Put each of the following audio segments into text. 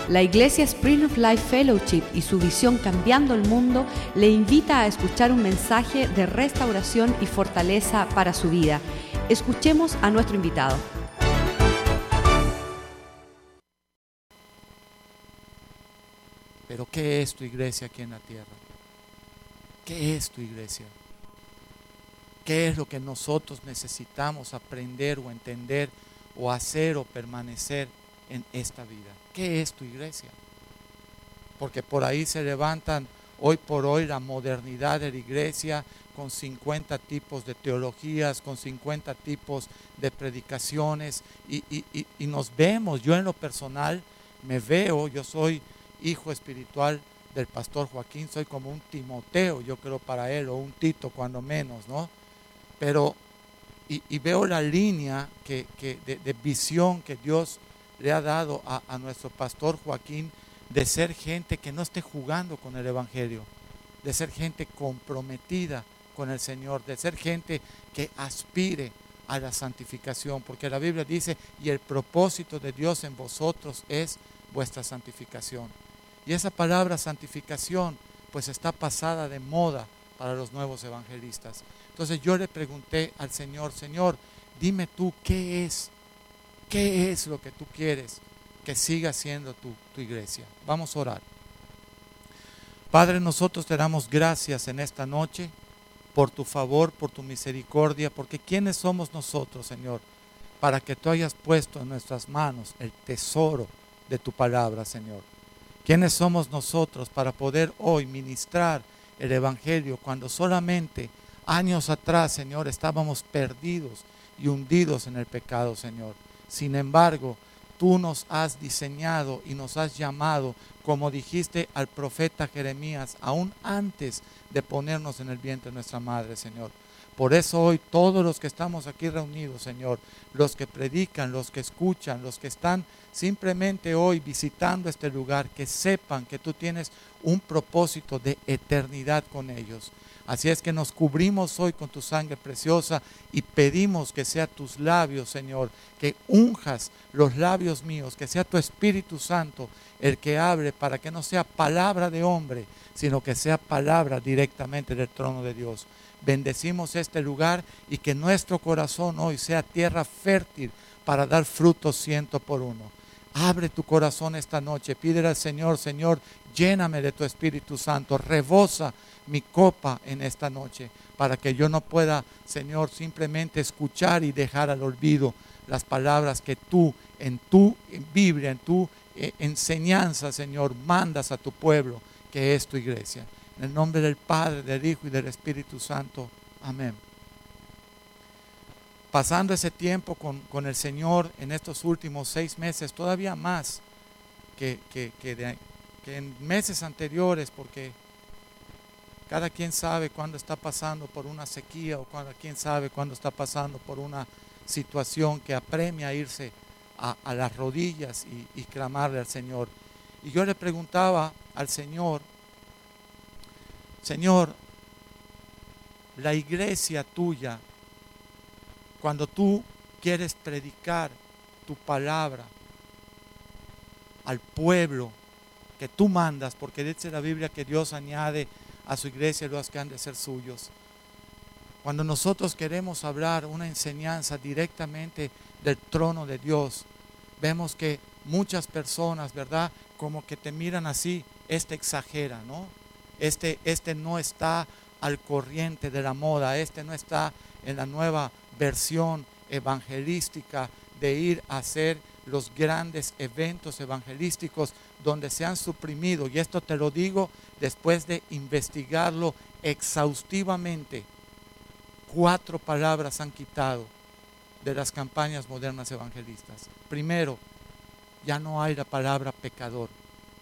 La Iglesia Spring of Life Fellowship y su visión Cambiando el Mundo le invita a escuchar un mensaje de restauración y fortaleza para su vida. Escuchemos a nuestro invitado. Pero ¿qué es tu iglesia aquí en la tierra? ¿Qué es tu iglesia? ¿Qué es lo que nosotros necesitamos aprender o entender o hacer o permanecer en esta vida? ¿Qué es tu iglesia? Porque por ahí se levantan hoy por hoy la modernidad de la iglesia con 50 tipos de teologías, con 50 tipos de predicaciones y nos vemos. Yo en lo personal me veo, yo soy hijo espiritual del pastor Joaquín, soy como un Timoteo, yo creo para él, o un Tito cuando menos, ¿no? Pero, y veo la línea de visión que Dios le ha dado a nuestro pastor Joaquín, de ser gente que no esté jugando con el Evangelio, de ser gente comprometida con el Señor, de ser gente que aspire a la santificación, porque la Biblia dice, y el propósito de Dios en vosotros es vuestra santificación. Y esa palabra santificación pues está pasada de moda para los nuevos evangelistas. Entonces yo le pregunté al Señor, Señor, dime tú qué es lo que tú quieres que siga siendo tu iglesia. Vamos a orar. Padre, nosotros te damos gracias en esta noche por tu favor, por tu misericordia, porque ¿quiénes somos nosotros, Señor? Para que tú hayas puesto en nuestras manos el tesoro de tu palabra, Señor. ¿Quiénes somos nosotros para poder hoy ministrar el Evangelio cuando solamente años atrás, Señor, estábamos perdidos y hundidos en el pecado, Señor? Sin embargo, tú nos has diseñado y nos has llamado, como dijiste al profeta Jeremías, aún antes de ponernos en el vientre de nuestra madre, Señor. Por eso hoy todos los que estamos aquí reunidos, Señor, los que predican, los que escuchan, los que están simplemente hoy visitando este lugar, que sepan que tú tienes un propósito de eternidad con ellos. Así es que nos cubrimos hoy con tu sangre preciosa y pedimos que sea tus labios, Señor, que unjas los labios míos, que sea tu Espíritu Santo el que hable, para que no sea palabra de hombre, sino que sea palabra directamente del trono de Dios. Bendecimos este lugar y que nuestro corazón hoy sea tierra fértil para dar frutos 100 por 1. Abre tu corazón esta noche, pídele al Señor, Señor, lléname de tu Espíritu Santo, rebosa mi copa en esta noche, para que yo no pueda, Señor, simplemente escuchar y dejar al olvido las palabras que tú en tu Biblia, en tu enseñanza, Señor, mandas a tu pueblo, que es tu iglesia. En el nombre del Padre, del Hijo y del Espíritu Santo. Amén. Pasando ese tiempo con el Señor en estos últimos 6 meses, todavía más que en meses anteriores, porque cada quien sabe cuándo está pasando por una sequía o cada quien sabe cuándo está pasando por una situación que apremia a irse a las rodillas y clamarle al Señor. Y yo le preguntaba al Señor, Señor, la iglesia tuya, cuando tú quieres predicar tu palabra al pueblo que tú mandas, porque dice la Biblia que Dios añade a su iglesia los que han de ser suyos. Cuando nosotros queremos hablar una enseñanza directamente del trono de Dios, vemos que muchas personas, ¿verdad? Como que te miran así, exagera, ¿no? Este no está al corriente de la moda, no está en la nueva versión evangelística de ir a hacer los grandes eventos evangelísticos donde se han suprimido, y esto te lo digo después de investigarlo exhaustivamente, 4 palabras han quitado de las campañas modernas evangelistas. Primero, ya no hay la palabra pecador.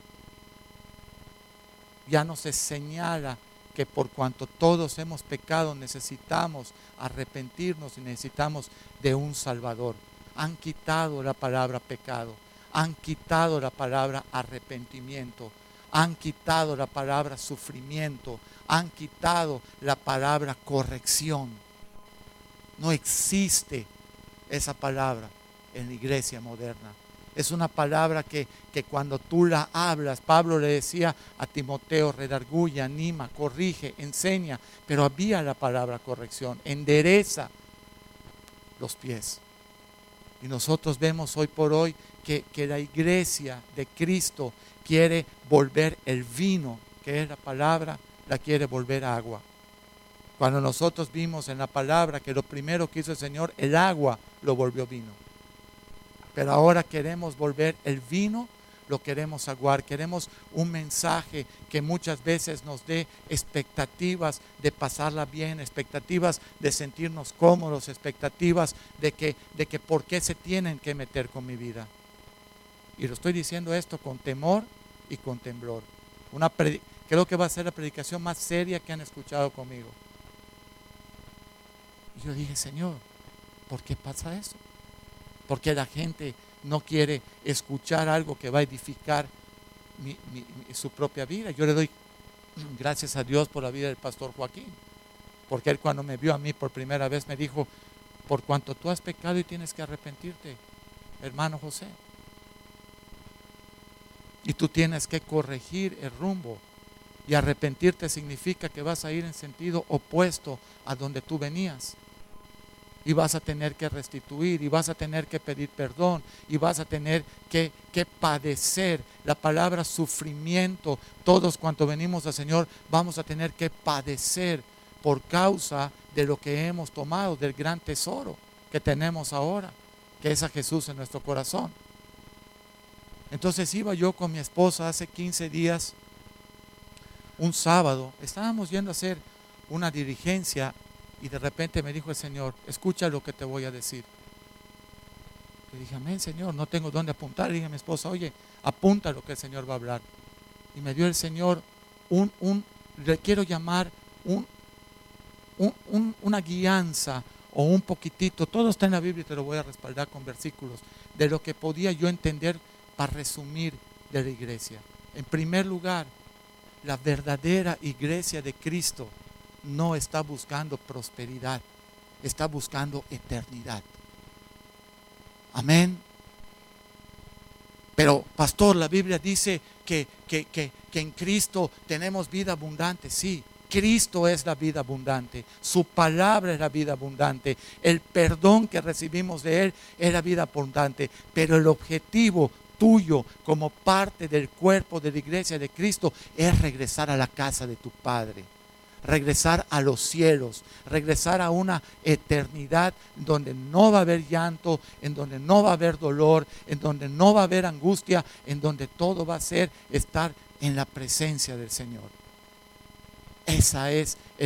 Ya no se señala que por cuanto todos hemos pecado necesitamos arrepentirnos y necesitamos de un Salvador. Han quitado la palabra pecado, han quitado la palabra arrepentimiento, han quitado la palabra sufrimiento, han quitado la palabra corrección. No existe esa palabra en la iglesia moderna. Es una palabra que cuando tú la hablas, Pablo le decía a Timoteo, redarguye, anima, corrige, enseña, pero había la palabra corrección, endereza los pies. Y nosotros vemos hoy por hoy que la iglesia de Cristo quiere volver el vino, que es la palabra, la quiere volver agua. Cuando nosotros vimos en la palabra que lo primero que hizo el Señor, el agua lo volvió vino. Pero ahora queremos volver el vino, lo queremos aguar. Queremos un mensaje que muchas veces nos dé expectativas de pasarla bien, expectativas de sentirnos cómodos, expectativas de que por qué se tienen que meter con mi vida. Y lo estoy diciendo esto con temor y con temblor. Creo que va a ser la predicación más seria que han escuchado conmigo. Y yo dije, Señor, ¿por qué pasa eso? Porque la gente no quiere escuchar algo que va a edificar su propia vida. Yo le doy gracias a Dios por la vida del pastor Joaquín, porque él cuando me vio a mí por primera vez me dijo, por cuanto tú has pecado y tienes que arrepentirte, hermano José, y tú tienes que corregir el rumbo, y arrepentirte significa que vas a ir en sentido opuesto a donde tú venías. Y vas a tener que restituir, y vas a tener que pedir perdón, y vas a tener que padecer. La palabra sufrimiento, todos cuanto venimos al Señor, vamos a tener que padecer por causa de lo que hemos tomado, del gran tesoro que tenemos ahora, que es a Jesús en nuestro corazón. Entonces iba yo con mi esposa hace 15 días, un sábado, estábamos yendo a hacer una diligencia. Y de repente me dijo el Señor, escucha lo que te voy a decir. Le dije, amén, Señor, no tengo dónde apuntar. Le dije a mi esposa, oye, apunta lo que el Señor va a hablar. Y me dio el Señor le quiero llamar una guianza o un poquitito. Todo está en la Biblia y te lo voy a respaldar con versículos. De lo que podía yo entender para resumir de la iglesia. En primer lugar, la verdadera iglesia de Cristo no está buscando prosperidad, está buscando eternidad. Amén. Pero, pastor, la Biblia dice que en Cristo tenemos vida abundante. Sí, Cristo es la vida abundante. Su palabra es la vida abundante. El perdón que recibimos de Él es la vida abundante. Pero el objetivo tuyo como parte del cuerpo de la iglesia de Cristo es regresar a la casa de tu Padre. Regresar a los cielos, regresar a una eternidad donde no va a haber llanto, en donde no va a haber dolor, en donde no va a haber angustia, en donde todo va a ser estar en la presencia del Señor. Ese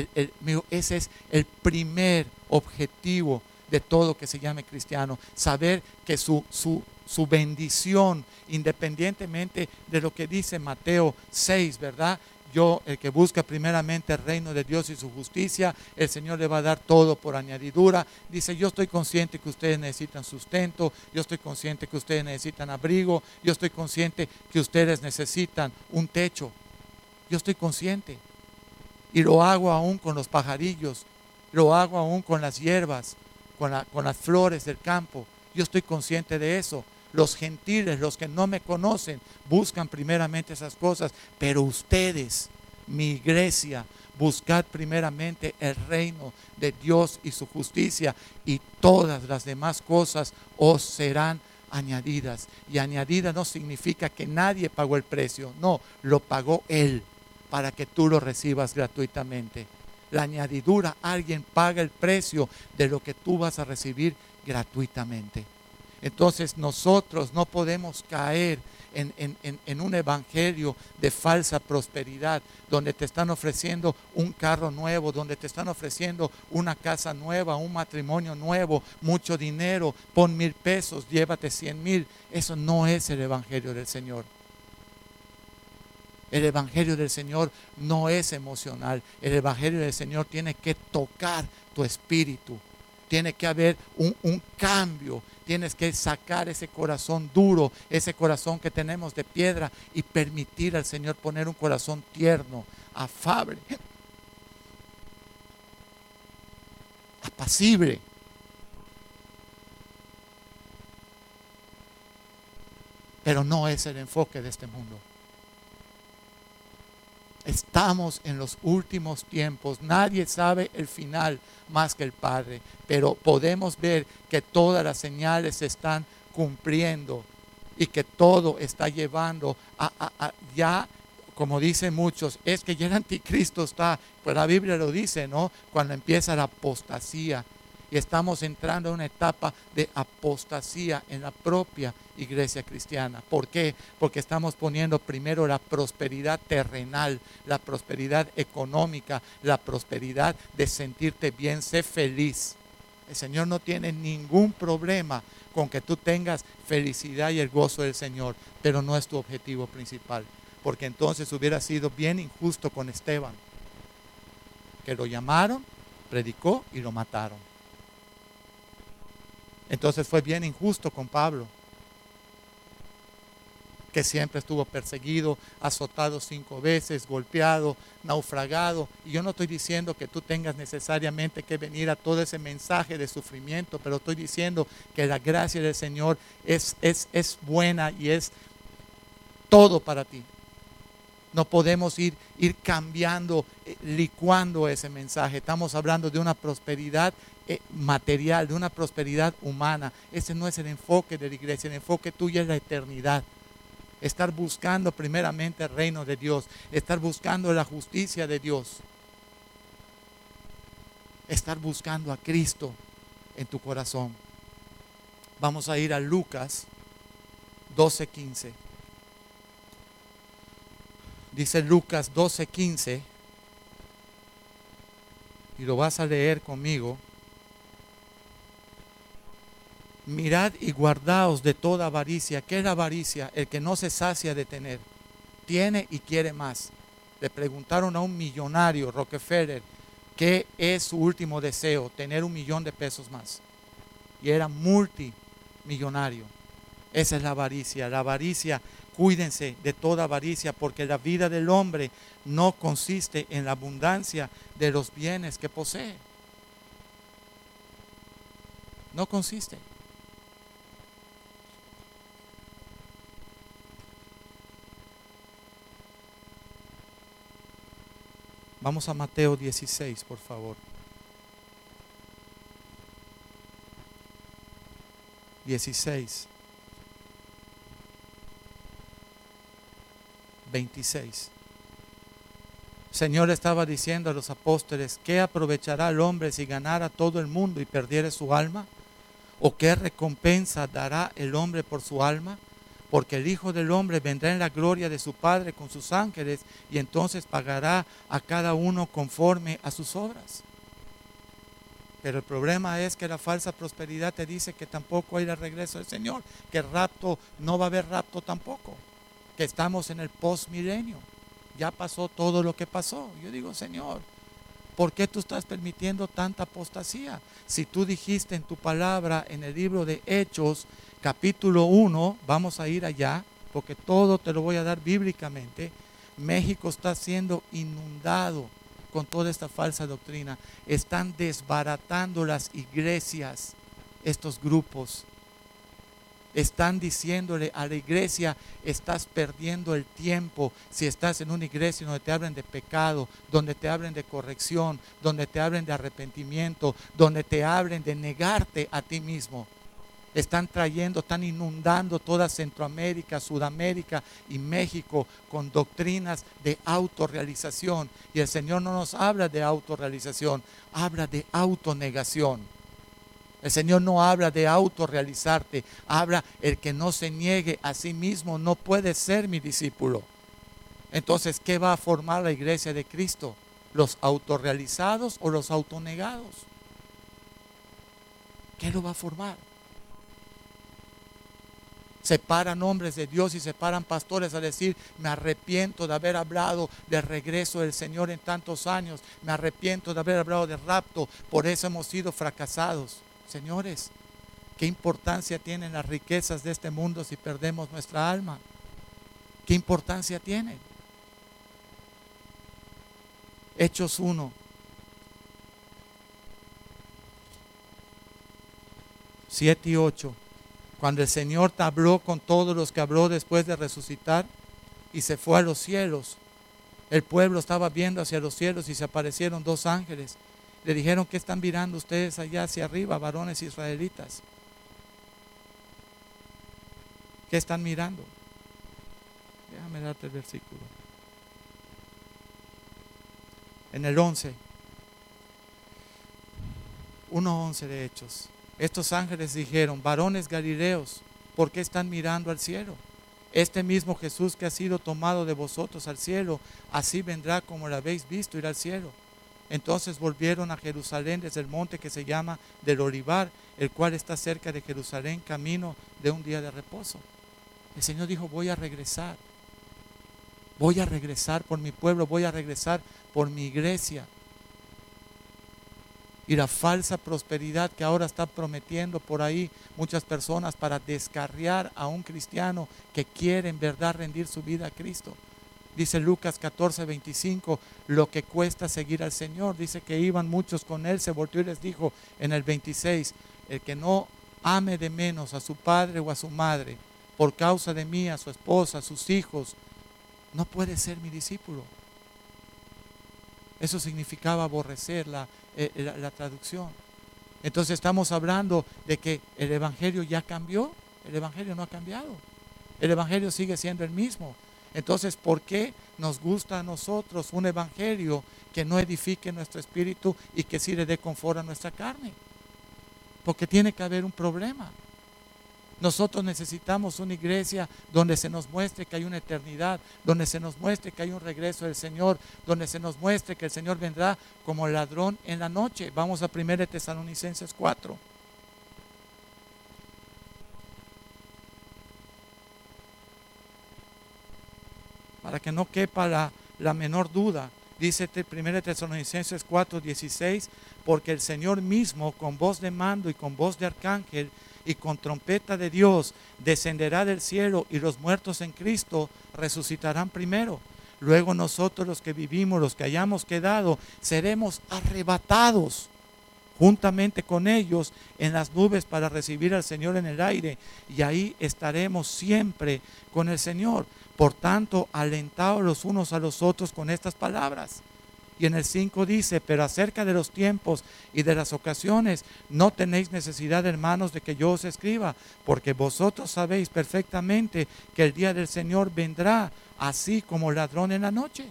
es el primer objetivo de todo que se llame cristiano, saber que su bendición, independientemente de lo que dice Mateo 6, ¿verdad? El que busca primeramente el reino de Dios y su justicia, el Señor le va a dar todo por añadidura. Dice, yo estoy consciente que ustedes necesitan sustento, yo estoy consciente que ustedes necesitan abrigo, yo estoy consciente que ustedes necesitan un techo. Yo estoy consciente. Y lo hago aún con los pajarillos, lo hago aún con las hierbas, con las flores del campo. Yo estoy consciente de eso. Los gentiles, los que no me conocen, buscan primeramente esas cosas. Pero ustedes, mi iglesia, buscad primeramente el reino de Dios y su justicia, y todas las demás cosas os serán añadidas. Y añadida no significa que nadie pagó el precio. No, lo pagó Él para que tú lo recibas gratuitamente. La añadidura, alguien paga el precio de lo que tú vas a recibir gratuitamente. Entonces nosotros no podemos caer en un evangelio de falsa prosperidad, donde te están ofreciendo un carro nuevo, donde te están ofreciendo una casa nueva, un matrimonio nuevo, mucho dinero, pon 1,000 pesos, llévate 100,000. Eso no es el evangelio del Señor. El evangelio del Señor no es emocional. El evangelio del Señor tiene que tocar tu espíritu. Tiene que haber un cambio. Tienes que sacar ese corazón duro, ese corazón que tenemos de piedra, y permitir al Señor poner un corazón tierno, afable, apacible. pero no es el enfoque de este mundo. Estamos en los últimos tiempos. Nadie sabe el final más que el Padre, pero podemos ver que todas las señales se están cumpliendo y que todo está llevando a ya, como dicen muchos, es que ya el anticristo está, pues la Biblia lo dice, ¿no? Cuando empieza la apostasía. Y estamos entrando en una etapa de apostasía en la propia iglesia cristiana. ¿Por qué? Porque estamos poniendo primero la prosperidad terrenal, la prosperidad económica, la prosperidad de sentirte bien, ser feliz. El Señor no tiene ningún problema con que tú tengas felicidad y el gozo del Señor, pero no es tu objetivo principal. Porque entonces hubiera sido bien injusto con Esteban, que lo llamaron, predicó y lo mataron. Entonces fue bien injusto con Pablo, que siempre estuvo perseguido, azotado 5 veces, golpeado, naufragado. Y yo no estoy diciendo que tú tengas necesariamente que venir a todo ese mensaje de sufrimiento, pero estoy diciendo que la gracia del Señor es buena y es todo para ti. No podemos ir cambiando, licuando ese mensaje. Estamos hablando de una prosperidad material, de una prosperidad humana. Ese no es el enfoque de la iglesia. El enfoque tuyo es la eternidad. Estar buscando primeramente el reino de Dios. Estar buscando la justicia de Dios. Estar buscando a Cristo en tu corazón. Vamos a ir a Lucas 12:15. Dice Lucas 12:15, y lo vas a leer conmigo. Mirad y guardaos de toda avaricia. ¿Qué es la avaricia? El que no se sacia de tener. Tiene y quiere más. Le preguntaron a un millonario, Rockefeller, ¿qué es su último deseo? Tener $1,000,000 más. Y era multimillonario. Esa es la avaricia. La avaricia, cuídense de toda avaricia, porque la vida del hombre no consiste en la abundancia de los bienes que posee. No consiste. Vamos a Mateo 16, por favor. 16. 26. El Señor estaba diciendo a los apóstoles, ¿qué aprovechará el hombre si ganara todo el mundo y perdiere su alma? ¿O qué recompensa dará el hombre por su alma? Porque el Hijo del Hombre vendrá en la gloria de su Padre con sus ángeles y entonces pagará a cada uno conforme a sus obras. Pero el problema es que la falsa prosperidad te dice que tampoco hay el regreso del Señor, que el rapto, no va a haber rapto tampoco, que estamos en el postmilenio. Ya pasó todo lo que pasó. Yo digo, Señor, ¿por qué tú estás permitiendo tanta apostasía? Si tú dijiste en tu palabra en el libro de Hechos, capítulo 1, vamos a ir allá, porque todo te lo voy a dar bíblicamente. México está siendo inundado con toda esta falsa doctrina. Están desbaratando las iglesias, estos grupos. Están diciéndole a la iglesia, estás perdiendo el tiempo si estás en una iglesia donde te hablen de pecado, donde te hablen de corrección, donde te hablen de arrepentimiento, donde te hablen de negarte a ti mismo. Están inundando toda Centroamérica, Sudamérica y México con doctrinas de autorrealización. Y el Señor no nos habla de autorrealización, habla de autonegación. El Señor no habla de autorrealizarte, habla el que no se niegue a sí mismo no puede ser mi discípulo. Entonces, ¿qué va a formar la iglesia de Cristo? ¿Los autorrealizados o los autonegados? ¿Qué lo va a formar? Se paran hombres de Dios y se paran pastores a decir, me arrepiento de haber hablado del regreso del Señor en tantos años, me arrepiento de haber hablado de rapto, por eso hemos sido fracasados. Señores, ¿qué importancia tienen las riquezas de este mundo si perdemos nuestra alma? ¿Qué importancia tienen? Hechos 1. 7 y 8. Cuando el Señor habló con todos los que habló después de resucitar y se fue a los cielos, el pueblo estaba viendo hacia los cielos y se aparecieron dos ángeles. Le dijeron: ¿qué están mirando ustedes allá hacia arriba, varones israelitas? ¿Qué están mirando? Déjame darte el versículo. En el 11, 1:11 de Hechos. Estos ángeles dijeron: varones galileos, ¿por qué están mirando al cielo? Este mismo Jesús que ha sido tomado de vosotros al cielo, así vendrá como lo habéis visto ir al cielo. Entonces volvieron a Jerusalén desde el monte que se llama del Olivar, el cual está cerca de Jerusalén, camino de un día de reposo. El Señor dijo: voy a regresar por mi pueblo, voy a regresar por mi iglesia. Y la falsa prosperidad que ahora está prometiendo por ahí muchas personas para descarriar a un cristiano que quiere en verdad rendir su vida a Cristo. Dice Lucas 14:25, lo que cuesta seguir al Señor. Dice que iban muchos con él, se volteó y les dijo en el 26, el que no ame de menos a su padre o a su madre, por causa de mí, a su esposa, a sus hijos, no puede ser mi discípulo. Eso significaba aborrecer la traducción. Entonces estamos hablando de que el Evangelio ya cambió. El Evangelio no ha cambiado. El Evangelio sigue siendo el mismo. Entonces, ¿por qué nos gusta a nosotros un Evangelio que no edifique nuestro espíritu y que sí le dé confort a nuestra carne? Porque tiene que haber un problema. Nosotros necesitamos una iglesia donde se nos muestre que hay una eternidad, donde se nos muestre que hay un regreso del Señor, donde se nos muestre que el Señor vendrá como ladrón en la noche. Vamos a 1 Tesalonicenses 4. Para que no quepa la menor duda, dice 1 Tesalonicenses 4:16, porque el Señor mismo, con voz de mando y con voz de arcángel y con trompeta de Dios, descenderá del cielo, y los muertos en Cristo resucitarán primero. Luego nosotros, los que vivimos, los que hayamos quedado, seremos arrebatados juntamente con ellos en las nubes para recibir al Señor en el aire, y ahí estaremos siempre con el Señor. Por tanto, alentaos los unos a los otros con estas palabras. Y en el 5 dice: pero acerca de los tiempos y de las ocasiones, no tenéis necesidad, hermanos, de que yo os escriba, porque vosotros sabéis perfectamente que el día del Señor vendrá así como ladrón en la noche.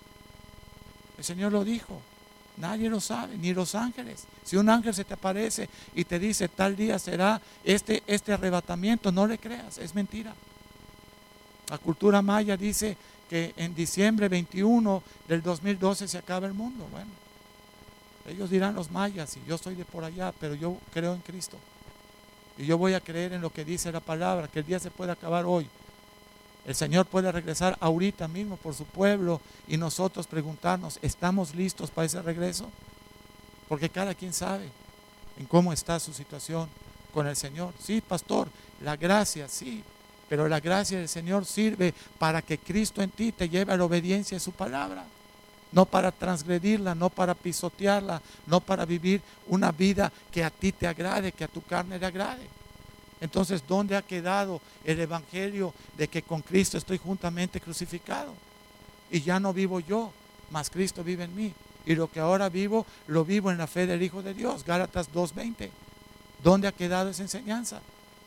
El Señor lo dijo. Nadie lo sabe, ni los ángeles. Si un ángel se te aparece y te dice: tal día será este arrebatamiento, no le creas, es mentira. La cultura maya dice que en diciembre 21 del 2012 se acaba el mundo. Bueno, ellos dirán los mayas, y yo soy de por allá, pero yo creo en Cristo. Y yo voy a creer en lo que dice la palabra, que el día se puede acabar hoy. El Señor puede regresar ahorita mismo por su pueblo, y nosotros preguntarnos: ¿estamos listos para ese regreso? Porque cada quien sabe en cómo está su situación con el Señor. Sí, pastor, la gracia, sí. Pero la gracia del Señor sirve para que Cristo en ti te lleve a la obediencia de su palabra. No para transgredirla, no para pisotearla, no para vivir una vida que a ti te agrade, que a tu carne le agrade. Entonces, ¿dónde ha quedado el Evangelio de que con Cristo estoy juntamente crucificado? Y ya no vivo yo, mas Cristo vive en mí. Y lo que ahora vivo, lo vivo en la fe del Hijo de Dios. Gálatas 2:20. ¿Dónde ha quedado esa enseñanza?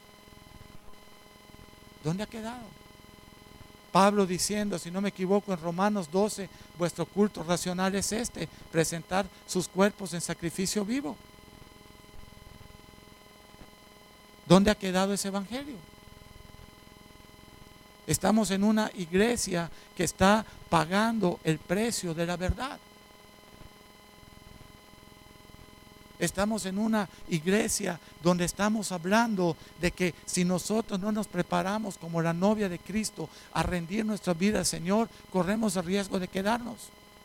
¿Dónde ha quedado? Pablo diciendo, si no me equivoco, en Romanos 12, vuestro culto racional es presentar sus cuerpos en sacrificio vivo. ¿Dónde ha quedado ese evangelio? Estamos en una iglesia que está pagando el precio de la verdad. Estamos en una iglesia donde estamos hablando de que si nosotros no nos preparamos como la novia de Cristo a rendir nuestra vida al Señor, corremos el riesgo de quedarnos.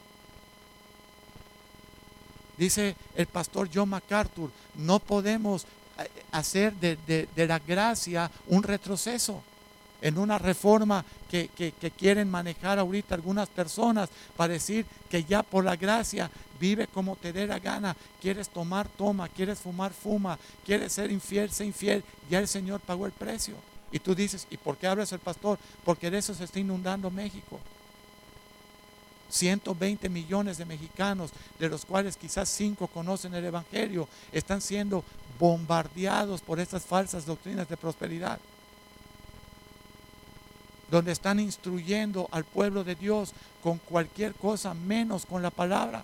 Dice el pastor John MacArthur, no podemos hacer de la gracia un retroceso. en una reforma que quieren manejar ahorita algunas personas para decir que ya por la gracia vive como te dé la gana. Quieres tomar, toma, quieres fumar, fuma, quieres ser infiel, sé infiel. Ya el Señor pagó el precio. Y tú dices, ¿y por qué hablas el pastor? Porque de eso se está inundando México. 120 millones de mexicanos, de los cuales quizás 5 conocen el Evangelio, están siendo bombardeados por estas falsas doctrinas de prosperidad, donde están instruyendo al pueblo de Dios con cualquier cosa menos con la palabra.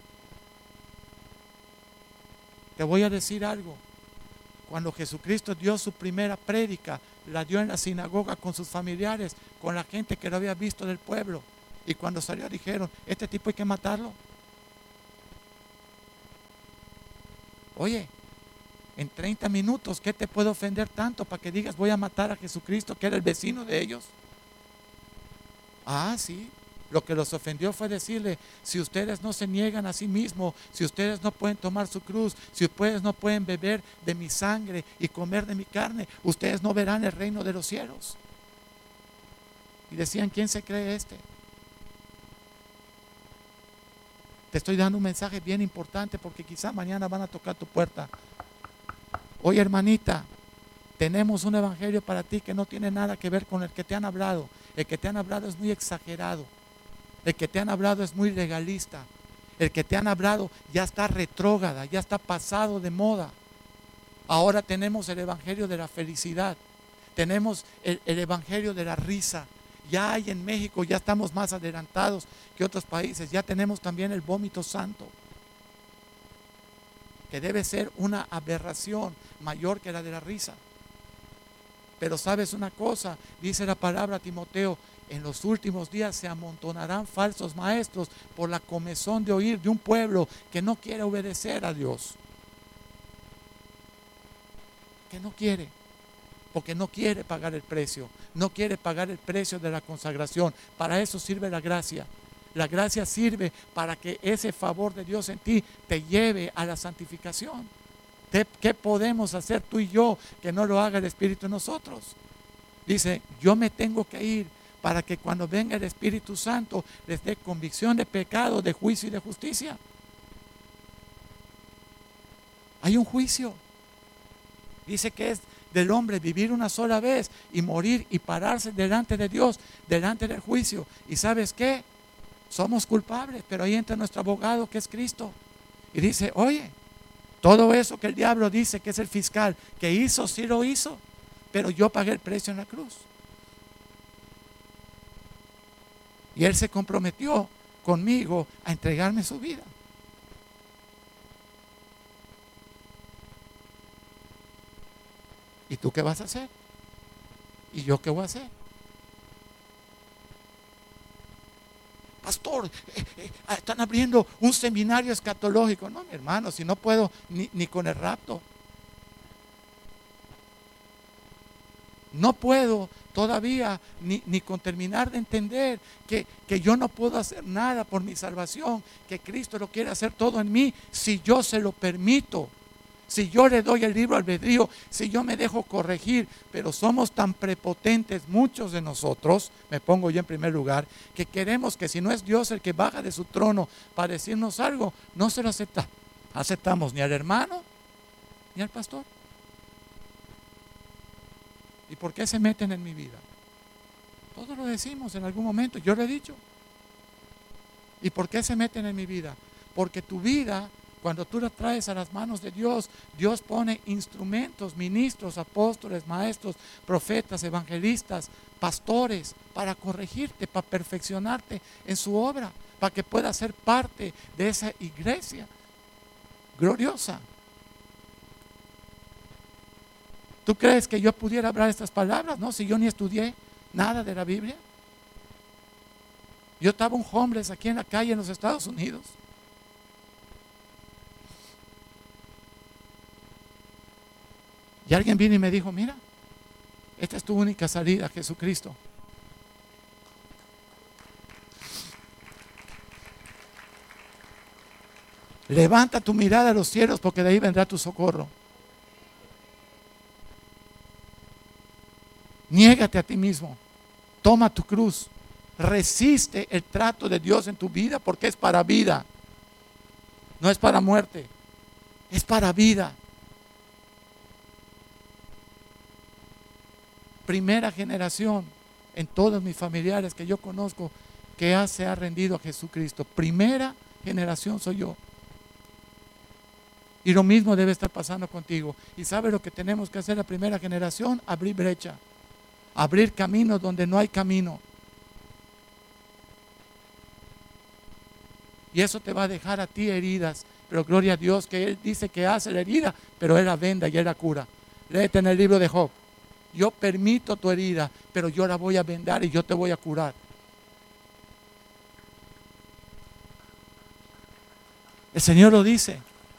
Te voy a decir algo. Cuando Jesucristo dio su primera prédica, la dio en la sinagoga con sus familiares, con la gente que lo había visto del pueblo. Y cuando salió dijeron, este tipo hay que matarlo. Oye, en 30 minutos, ¿qué te puede ofender tanto para que digas voy a matar a Jesucristo, que era el vecino de ellos? Ah, sí. Lo que los ofendió fue decirle, si ustedes no se niegan a sí mismos, si ustedes no pueden tomar su cruz, si ustedes no pueden beber de mi sangre y comer de mi carne, ustedes no verán el reino de los cielos. Y decían, ¿quién se cree este? Te estoy dando un mensaje bien importante porque quizá mañana van a tocar tu puerta. Oye, hermanita, tenemos un evangelio para ti que no tiene nada que ver con el que te han hablado. El que te han hablado es muy exagerado. El que te han hablado es muy legalista. El que te han hablado ya está retrógrada, ya está pasado de moda. Ahora tenemos el evangelio de la felicidad. Tenemos el evangelio de la risa. Ya hay en México, ya estamos más adelantados que otros países. Ya tenemos también el vómito santo, que debe ser una aberración mayor que la de la risa. Pero sabes una cosa, dice la palabra a Timoteo, en los últimos días se amontonarán falsos maestros por la comezón de oír de un pueblo que no quiere obedecer a Dios. Que no quiere, porque no quiere pagar el precio, no quiere pagar el precio de la consagración. Para eso sirve la gracia. La gracia sirve para que ese favor de Dios en ti te lleve a la santificación. ¿Qué podemos hacer tú y yo que no lo haga el Espíritu en nosotros? Dice, yo me tengo que ir para que cuando venga el Espíritu Santo les dé convicción de pecado, de juicio y de justicia. Hay un juicio. Dice que es del hombre vivir una sola vez y morir y pararse delante de Dios, delante del juicio. ¿Y sabes qué? Somos culpables, pero ahí entra nuestro abogado que es Cristo. Y dice, oye, todo eso que el diablo dice que es el fiscal, que hizo, sí lo hizo, pero yo pagué el precio en la cruz. Y Él se comprometió conmigo a entregarme su vida. ¿Y tú qué vas a hacer? ¿Y yo qué voy a hacer? Pastor, están abriendo un seminario escatológico. No, mi hermano, si no puedo ni con el rapto. No puedo todavía ni con terminar de entender que yo no puedo hacer nada por mi salvación, que Cristo lo quiere hacer todo en mí si yo se lo permito. Si yo le doy el libre albedrío, si yo me dejo corregir, pero somos tan prepotentes muchos de nosotros, me pongo yo en primer lugar, que queremos que si no es Dios el que baja de su trono para decirnos algo, no se lo aceptamos ni al hermano ni al pastor. ¿Y por qué se meten en mi vida? Todos lo decimos en algún momento, yo lo he dicho. ¿Y por qué se meten en mi vida? Porque tu vida, cuando tú la traes a las manos de Dios, Dios pone instrumentos, ministros, apóstoles, maestros, profetas, evangelistas, pastores, para corregirte, para perfeccionarte en su obra, para que puedas ser parte de esa iglesia gloriosa. ¿Tú crees que yo pudiera hablar estas palabras? No, si yo ni estudié nada de la Biblia. Yo estaba un homeless aquí en la calle en los Estados Unidos. Y alguien vino y me dijo, mira, esta es tu única salida, Jesucristo. Levanta tu mirada a los cielos porque de ahí vendrá tu socorro. Niégate a ti mismo. Toma tu cruz. Resiste el trato de Dios en tu vida, porque es para vida. No es para muerte, es para vida. Primera generación en todos mis familiares que yo conozco que se ha rendido a Jesucristo. Primera generación soy yo. Y lo mismo debe estar pasando contigo. ¿Y sabe lo que tenemos que hacer la primera generación? Abrir brecha. Abrir caminos donde no hay camino. Y eso te va a dejar a ti heridas. Pero gloria a Dios que Él dice que hace la herida, pero Él la venda y Él la cura. Léete en el libro de Job. Yo permito tu herida, pero yo la voy a vendar y yo te voy a curar. El Señor lo dice.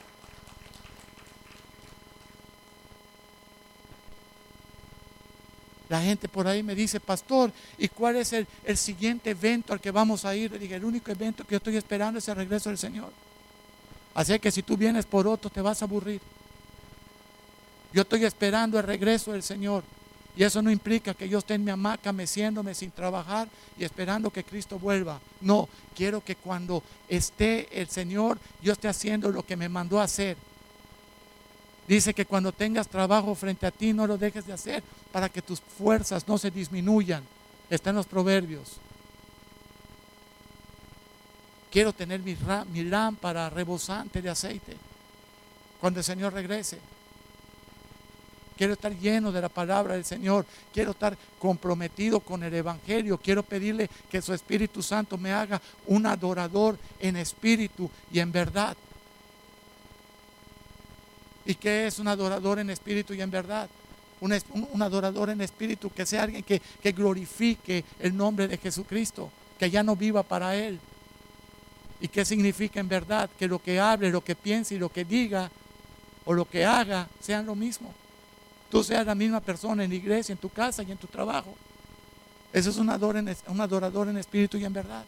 La gente por ahí me dice, pastor, ¿y cuál es el siguiente evento al que vamos a ir? Le dije, el único evento que yo estoy esperando es el regreso del Señor. Así que si tú vienes por otro te vas a aburrir. Yo estoy esperando el regreso del Señor. Y eso no implica que yo esté en mi hamaca meciéndome sin trabajar y esperando que Cristo vuelva. No, quiero que cuando esté el Señor, yo esté haciendo lo que me mandó a hacer. Dice que cuando tengas trabajo frente a ti, no lo dejes de hacer para que tus fuerzas no se disminuyan. Está en los proverbios. Quiero tener mi lámpara rebosante de aceite cuando el Señor regrese. Quiero estar lleno de la palabra del Señor. Quiero estar comprometido con el Evangelio. Quiero pedirle que su Espíritu Santo me haga un adorador en espíritu y en verdad. ¿Y qué es un adorador en espíritu y en verdad? Un adorador en espíritu que sea alguien que glorifique el nombre de Jesucristo, que ya no viva para Él. ¿Y qué significa en verdad? Que lo que hable, lo que piense y lo que diga o lo que haga sean lo mismo. Tú seas la misma persona en la iglesia, en tu casa y en tu trabajo. Eso es un adorador en espíritu y en verdad.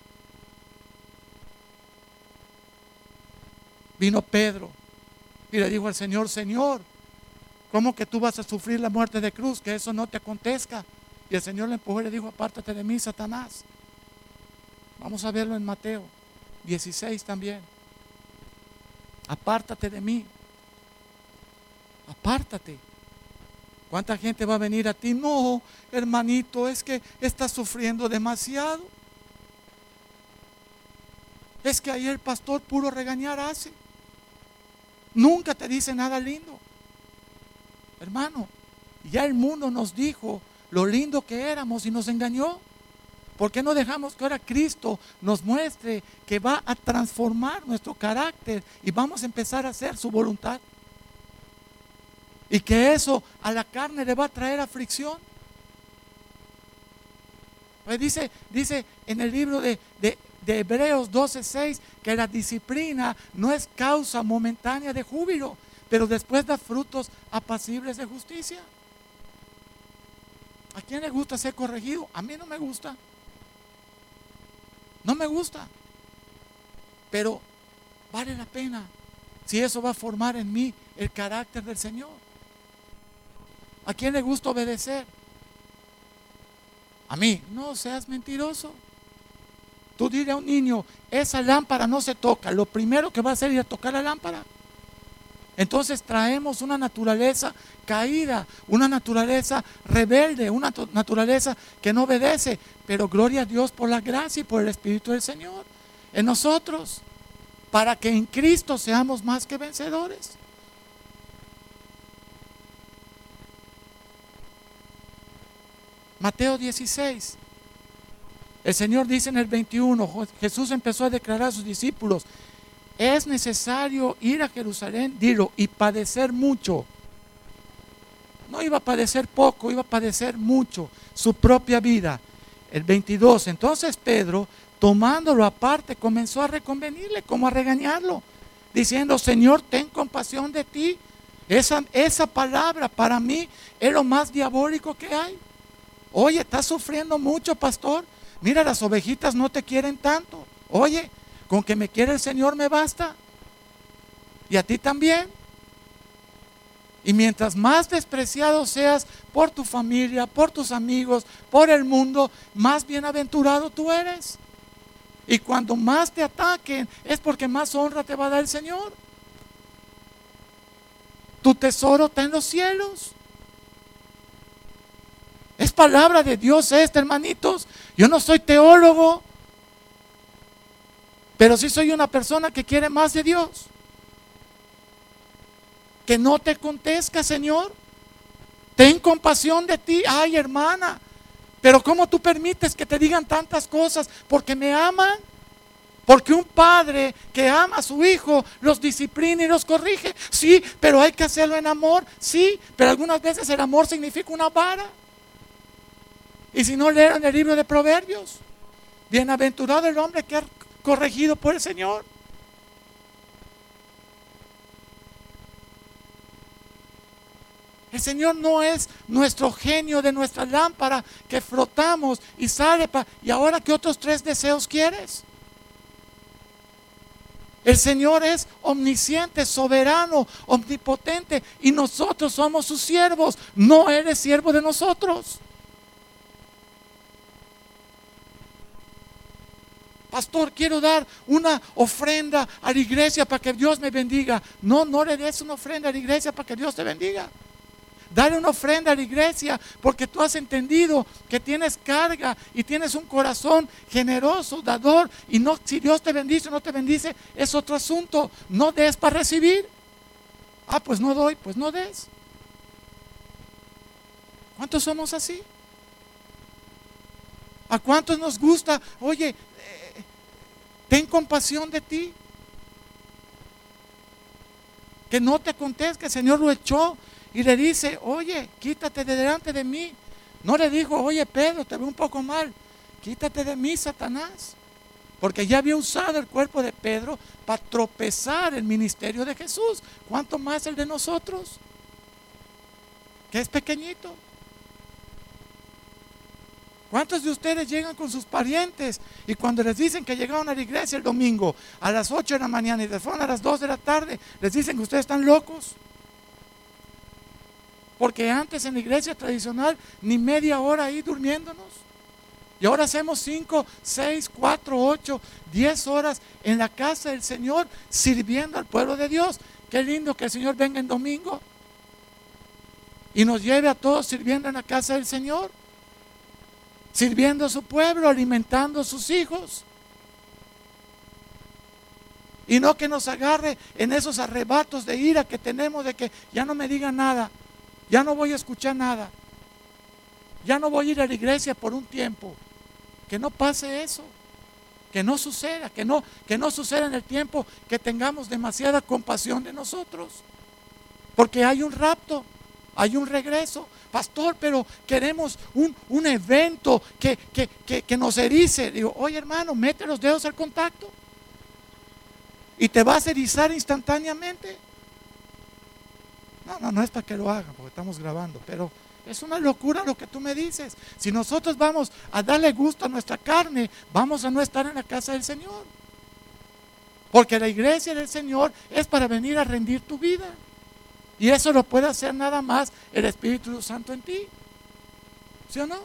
Vino Pedro y le dijo al Señor, Señor, ¿cómo que tú vas a sufrir la muerte de cruz? Que eso no te acontezca. Y el Señor le empujó y le dijo, apártate de mí, Satanás. Vamos a verlo en Mateo 16 también. Apártate de mí. Apártate. ¿Cuánta gente va a venir a ti? No, hermanito, es que estás sufriendo demasiado. Es que ahí el pastor puro regañar hace. Nunca te dice nada lindo. Hermano, ya el mundo nos dijo lo lindo que éramos y nos engañó. ¿Por qué no dejamos que ahora Cristo nos muestre que va a transformar nuestro carácter y vamos a empezar a hacer su voluntad? Y que eso a la carne le va a traer aflicción. Pues dice en el libro de Hebreos 12:6 que la disciplina no es causa momentánea de júbilo, pero después da frutos apacibles de justicia. ¿A quién le gusta ser corregido? A mí no me gusta. No me gusta. Pero vale la pena si eso va a formar en mí el carácter del Señor. ¿A quién le gusta obedecer? A mí. No seas mentiroso. Tú dile a un niño, esa lámpara no se toca. Lo primero que va a hacer es ir a tocar la lámpara. Entonces traemos una naturaleza caída, una naturaleza rebelde, una naturaleza que no obedece. Pero gloria a Dios por la gracia y por el Espíritu del Señor en nosotros, para que en Cristo seamos más que vencedores. Mateo 16. El Señor dice en el 21, Jesús empezó a declarar a sus discípulos, es necesario ir a Jerusalén, dilo, y padecer mucho. No iba a padecer poco, iba a padecer mucho, su propia vida. El 22, entonces Pedro, tomándolo aparte, comenzó a reconvenirle, como a regañarlo, diciendo, Señor, ten compasión de ti. Esa palabra para mí es lo más diabólico que hay. Oye, estás sufriendo mucho, pastor. Mira, las ovejitas no te quieren tanto. Oye, con que me quiere el Señor me basta. Y a ti también. Y mientras más despreciado seas por tu familia, por tus amigos, por el mundo, más bienaventurado tú eres. Y cuando más te ataquen, es porque más honra te va a dar el Señor. Tu tesoro está en los cielos. Es palabra de Dios esta, hermanitos. Yo no soy teólogo, pero sí soy una persona que quiere más de Dios. Que no te acontezca, Señor. Ten compasión de ti. Ay, hermana, pero ¿cómo tú permites que te digan tantas cosas? Porque me aman. Porque un padre que ama a su hijo los disciplina y los corrige. Sí, pero hay que hacerlo en amor. Sí, pero algunas veces el amor significa una vara. Y si no, lean el libro de Proverbios. Bienaventurado el hombre que ha corregido por el Señor. El Señor no es nuestro genio de nuestra lámpara que frotamos y sale y ahora ¿qué otros 3 deseos quieres? El Señor es omnisciente, soberano, omnipotente y nosotros somos sus siervos. No eres siervo de nosotros. Pastor, quiero dar una ofrenda a la iglesia para que Dios me bendiga. No, no le des una ofrenda a la iglesia para que Dios te bendiga. Dale una ofrenda a la iglesia porque tú has entendido que tienes carga y tienes un corazón generoso, dador. Y no, si Dios te bendice o no te bendice, es otro asunto. No des para recibir. Ah, pues no doy, pues no des. ¿Cuántos somos así? ¿A cuántos nos gusta? Oye, ten compasión de ti. Que no te acontezca, el Señor lo echó. Y le dice, oye, quítate de delante de mí. No le dijo, oye Pedro, te veo un poco mal. Quítate de mí, Satanás. Porque ya había usado el cuerpo de Pedro para tropezar el ministerio de Jesús. ¿Cuánto más el de nosotros? Que es pequeñito. ¿Cuántos de ustedes llegan con sus parientes y cuando les dicen que llegaron a la iglesia el domingo a las 8 de la mañana y después a las 2 de la tarde, les dicen que ustedes están locos? Porque antes en la iglesia tradicional ni media hora ahí durmiéndonos. Y ahora hacemos 5, 6, 4, 8, 10 horas en la casa del Señor sirviendo al pueblo de Dios. Qué lindo que el Señor venga en domingo y nos lleve a todos sirviendo en la casa del Señor. Sirviendo a su pueblo, alimentando a sus hijos. Y no que nos agarre en esos arrebatos de ira que tenemos de que ya no me digan nada. Ya no voy a escuchar nada. Ya no voy a ir a la iglesia por un tiempo. Que no pase eso. Que no suceda. Que no suceda en el tiempo que tengamos demasiada compasión de nosotros. Porque hay un rapto. Hay un regreso. Pastor, pero queremos un evento que nos erice. Digo, oye hermano, mete los dedos al contacto. Y te vas a erizar instantáneamente. No es para que lo hagan, porque estamos grabando, pero es una locura lo que tú me dices. Si nosotros vamos a darle gusto a nuestra carne, vamos a no estar en la casa del Señor. Porque la iglesia del Señor es para venir a rendir tu vida. Y eso lo puede hacer nada más el Espíritu Santo en ti. ¿Sí o no?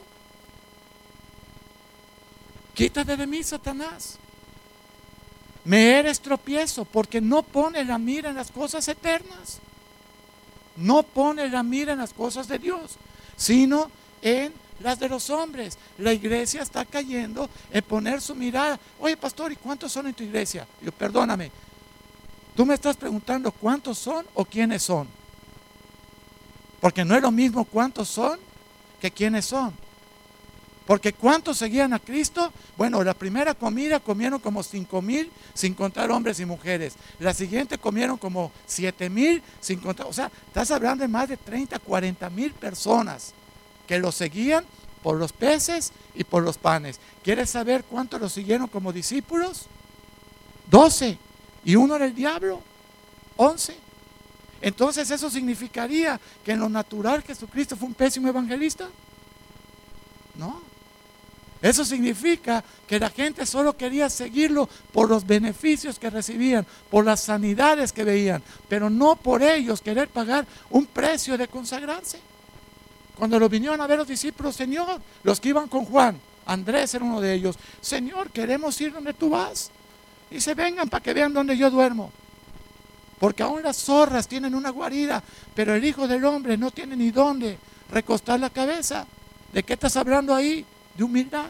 Quítate de mí, Satanás. Me eres tropiezo porque no pone la mira en las cosas eternas. No pone la mira en las cosas de Dios, sino en las de los hombres. La iglesia está cayendo en poner su mirada. Oye pastor, ¿y cuántos son en tu iglesia? Yo, perdóname, tú me estás preguntando cuántos son o quiénes son. Porque no es lo mismo cuántos son que quiénes son. Porque ¿cuántos seguían a Cristo? Bueno, la primera comida comieron como 5,000 sin contar hombres y mujeres. La siguiente comieron como 7,000 sin contar. O sea, estás hablando de más de 30, 40,000 personas que lo seguían por los peces y por los panes. ¿Quieres saber cuántos lo siguieron como discípulos? 12. ¿Y uno era el diablo? 11. Entonces eso significaría que en lo natural Jesucristo fue un pésimo evangelista. No. Eso significa que la gente solo quería seguirlo por los beneficios que recibían, por las sanidades que veían, pero no por ellos querer pagar un precio de consagrarse. Cuando lo vinieron a ver los discípulos, Señor, los que iban con Juan, Andrés era uno de ellos, Señor, queremos ir donde tú vas. Dice, vengan para que vean donde yo duermo. Porque aún las zorras tienen una guarida, pero el Hijo del Hombre no tiene ni dónde recostar la cabeza. ¿De qué estás hablando ahí? De humildad,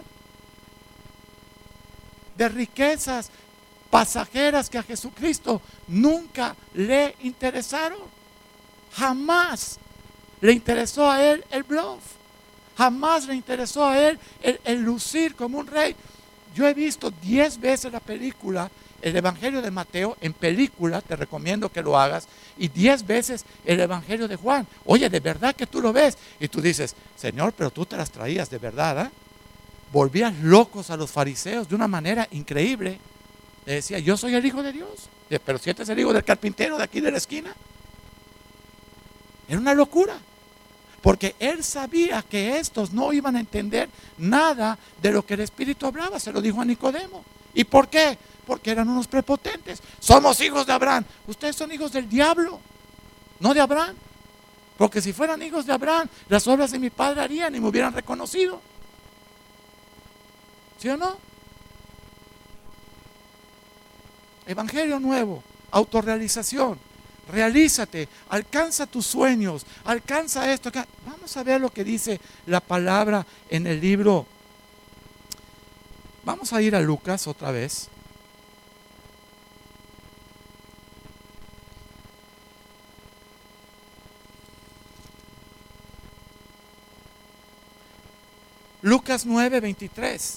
de riquezas pasajeras que a Jesucristo nunca le interesaron. Jamás le interesó a él el bluff, jamás le interesó a él el lucir como un rey. Yo he visto 10 veces la película, el Evangelio de Mateo en película, te recomiendo que lo hagas, y 10 veces el Evangelio de Juan. Oye, de verdad que tú lo ves, y tú dices, Señor, pero tú te las traías de verdad, ¿eh? Volvías locos a los fariseos de una manera increíble. Le decía, yo soy el Hijo de Dios, pero si este es el hijo del carpintero de aquí de la esquina. Era una locura, porque él sabía que estos no iban a entender nada de lo que el Espíritu hablaba. Se lo dijo a Nicodemo. ¿Y por qué? Porque eran unos prepotentes. Somos hijos de Abraham. Ustedes son hijos del diablo, no de Abraham. Porque si fueran hijos de Abraham, las obras de mi padre harían y me hubieran reconocido. ¿Sí o no? Evangelio nuevo, autorrealización. Realízate, alcanza tus sueños, alcanza esto. Vamos a ver lo que dice la palabra en el libro. Vamos a ir a Lucas otra vez. Lucas 9:23.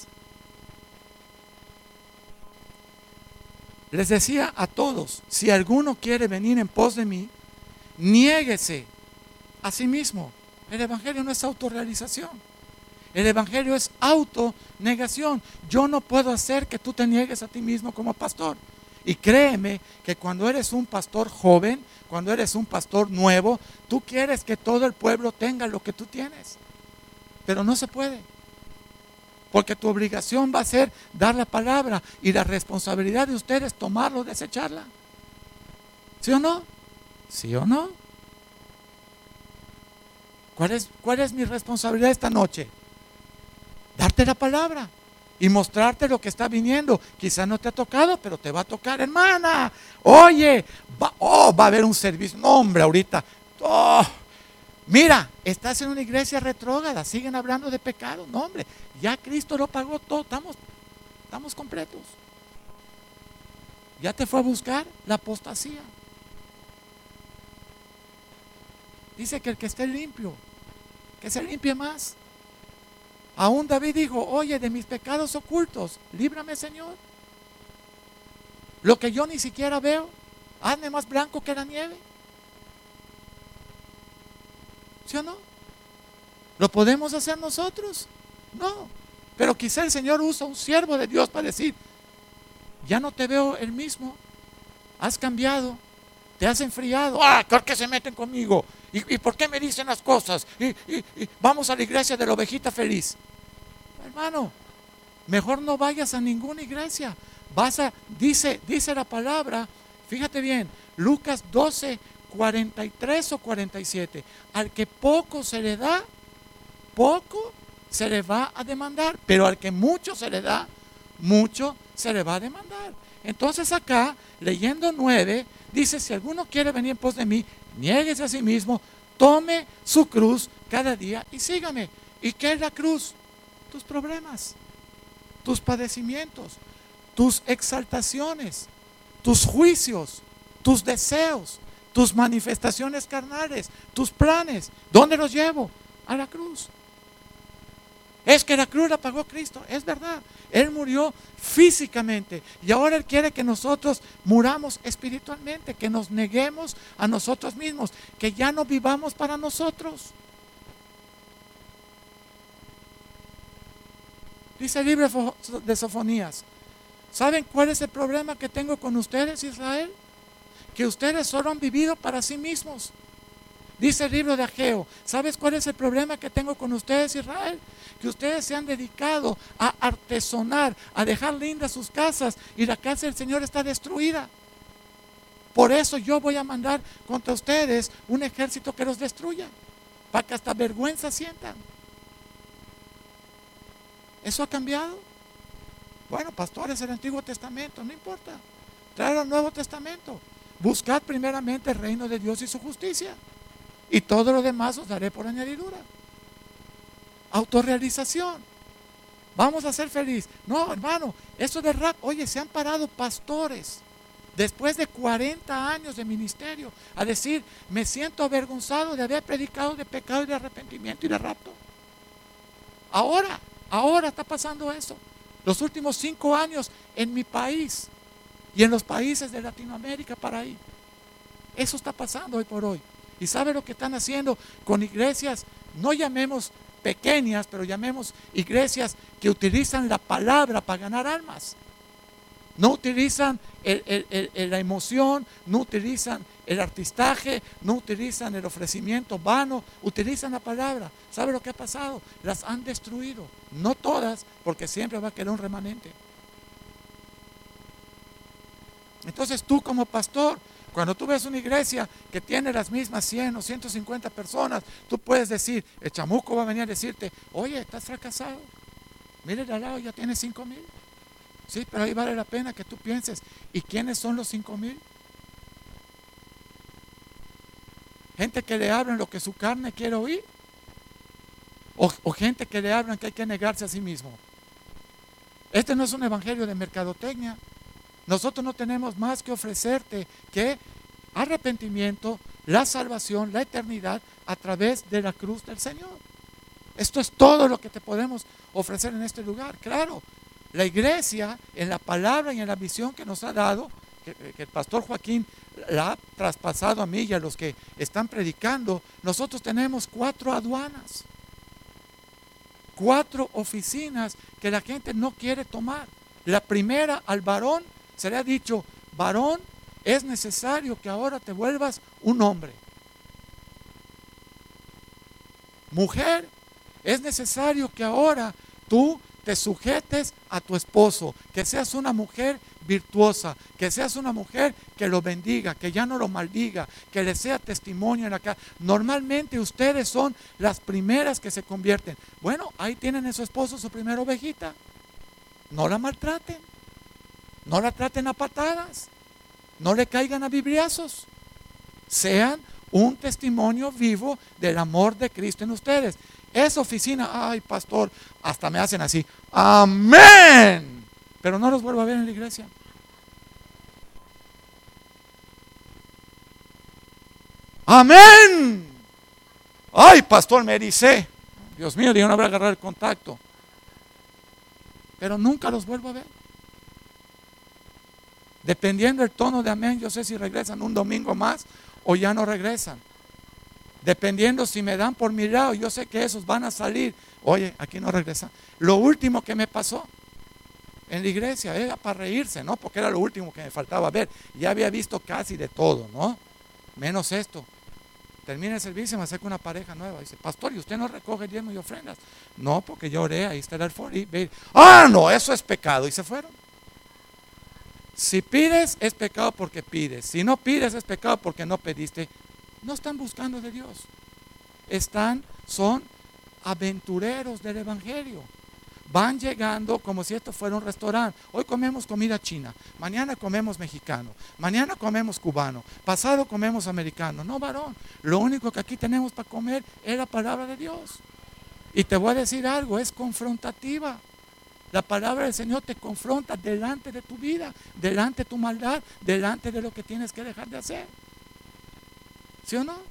Les decía a todos, si alguno quiere venir en pos de mí, niéguese a sí mismo. El Evangelio no es autorrealización. El Evangelio es autonegación. Yo no puedo hacer que tú te niegues a ti mismo como pastor. Y créeme que cuando eres un pastor joven, cuando eres un pastor nuevo, tú quieres que todo el pueblo tenga lo que tú tienes. Pero no se puede. Porque tu obligación va a ser dar la palabra y la responsabilidad de ustedes tomarla o desecharla. ¿Sí o no? ¿Sí o no? ¿Cuál es mi responsabilidad esta noche? Darte la palabra y mostrarte lo que está viniendo. Quizá no te ha tocado, pero te va a tocar, hermana. Oye, va a haber un servicio. No, hombre, ahorita. Mira, estás en una iglesia retrógrada, siguen hablando de pecado. No, hombre, ya Cristo lo pagó todo, estamos completos. Ya te fue a buscar la apostasía. Dice que el que esté limpio, que se limpie más. Aún David dijo, oye, de mis pecados ocultos, líbrame, Señor. Lo que yo ni siquiera veo, hazme más blanco que la nieve. ¿Sí o no? ¿Lo podemos hacer nosotros? No. Pero quizá el Señor usa un siervo de Dios para decir, ya no te veo el mismo, has cambiado, te has enfriado. ¿Por qué se meten conmigo? ¿Y por qué me dicen las cosas? Y vamos a la iglesia de la ovejita feliz. Hermano, mejor no vayas a ninguna iglesia. Dice la palabra, fíjate bien, Lucas 12, 43 o 47. Al que poco se le da, poco se le va a demandar. Pero al que mucho se le da, mucho se le va a demandar. Entonces acá, leyendo 9, dice, si alguno quiere venir en pos de mí, niéguese a sí mismo, tome su cruz cada día y sígame. ¿Y qué es la cruz? Tus problemas, tus padecimientos, tus exaltaciones, tus juicios, tus deseos, tus manifestaciones carnales, tus planes. ¿Dónde los llevo? A la cruz. Es que la cruz la pagó Cristo, es verdad. Él murió físicamente y ahora Él quiere que nosotros muramos espiritualmente, que nos neguemos a nosotros mismos, que ya no vivamos para nosotros. Dice el libro de Sofonías, ¿saben cuál es el problema que tengo con ustedes, Israel? Que ustedes solo han vivido para sí mismos. Dice el libro de Ageo, ¿sabes cuál es el problema que tengo con ustedes, Israel? Que ustedes se han dedicado a artesonar, a dejar lindas sus casas y la casa del Señor está destruida. Por eso yo voy a mandar contra ustedes un ejército que los destruya, para que hasta vergüenza sientan. ¿Eso ha cambiado? Bueno, pastores, el Antiguo Testamento, no importa. Traer al Nuevo Testamento. Buscad primeramente el reino de Dios y su justicia, y todo lo demás os daré por añadidura. Autorrealización. Vamos a ser felices. No, hermano, eso de rap, oye, se han parado pastores después de 40 años de ministerio a decir, me siento avergonzado de haber predicado de pecado y de arrepentimiento y de rapto. Ahora está pasando eso. Los últimos 5 años en mi país y en los países de Latinoamérica para ahí. Eso está pasando hoy por hoy. ¿Y sabe lo que están haciendo con iglesias? No llamemos pequeñas, pero llamemos iglesias que utilizan la palabra para ganar almas. No utilizan la emoción, no utilizan el artistaje, no utilizan el ofrecimiento vano, utilizan la palabra. ¿Sabe lo que ha pasado? Las han destruido. No todas, porque siempre va a quedar un remanente. Entonces tú como pastor, cuando tú ves una iglesia que tiene las mismas 100 o 150 personas, tú puedes decir, el chamuco va a venir a decirte, oye, estás fracasado. Mire de al lado, ya tienes 5,000. Sí, pero ahí vale la pena que tú pienses, ¿y quiénes son los 5,000? Gente que le hablan lo que su carne quiere oír, o gente que le hablan que hay que negarse a sí mismo. Este no es un evangelio de mercadotecnia. Nosotros no tenemos más que ofrecerte que arrepentimiento, la salvación, la eternidad a través de la cruz del Señor. Esto es todo lo que te podemos ofrecer en este lugar. Claro, la iglesia en la palabra y en la visión que nos ha dado, que el pastor Joaquín la ha traspasado a mí y a los que están predicando, nosotros tenemos 4 aduanas, 4 oficinas que la gente no quiere tomar. La primera, al varón se le ha dicho, varón, es necesario que ahora te vuelvas un hombre. Mujer, es necesario que ahora tú te sujetes a tu esposo, que seas una mujer virtuosa, que seas una mujer que lo bendiga, que ya no lo maldiga, que le sea testimonio en la casa. Normalmente ustedes son las primeras que se convierten. Bueno, ahí tienen en su esposo su primera ovejita. No la maltraten, no la traten a patadas, no le caigan a bibliazos. Sean un testimonio vivo del amor de Cristo en ustedes. Esa oficina, ay pastor, hasta me hacen así, amén, pero no los vuelvo a ver en la iglesia. Amén. Ay pastor, me ericé. Dios mío, yo no voy a agarrar el contacto, pero nunca los vuelvo a ver. Dependiendo del tono de amén, yo sé si regresan un domingo más o ya no regresan. Dependiendo si me dan por mi lado, yo sé que esos van a salir. Oye, aquí no regresan. Lo último que me pasó en la iglesia era para reírse, ¿no? Porque era lo último que me faltaba ver. Ya había visto casi de todo, ¿no? Menos esto. Termina el servicio y me acerca una pareja nueva. Dice, pastor, ¿y usted no recoge diezmos y ofrendas? No, porque yo oré, ahí está el alfolí. Ah, no, eso es pecado. Y se fueron. Si pides, es pecado porque pides. Si no pides, es pecado porque no pediste. No están buscando de Dios. Son aventureros del evangelio. Van llegando como si esto fuera un restaurante. Hoy comemos comida china, mañana comemos mexicano, mañana comemos cubano, pasado comemos americano. No, varón, lo único que aquí tenemos para comer es la palabra de Dios. Y te voy a decir algo, es confrontativa. La palabra del Señor te confronta delante de tu vida, delante de tu maldad, delante de lo que tienes que dejar de hacer. ¿Sí o no?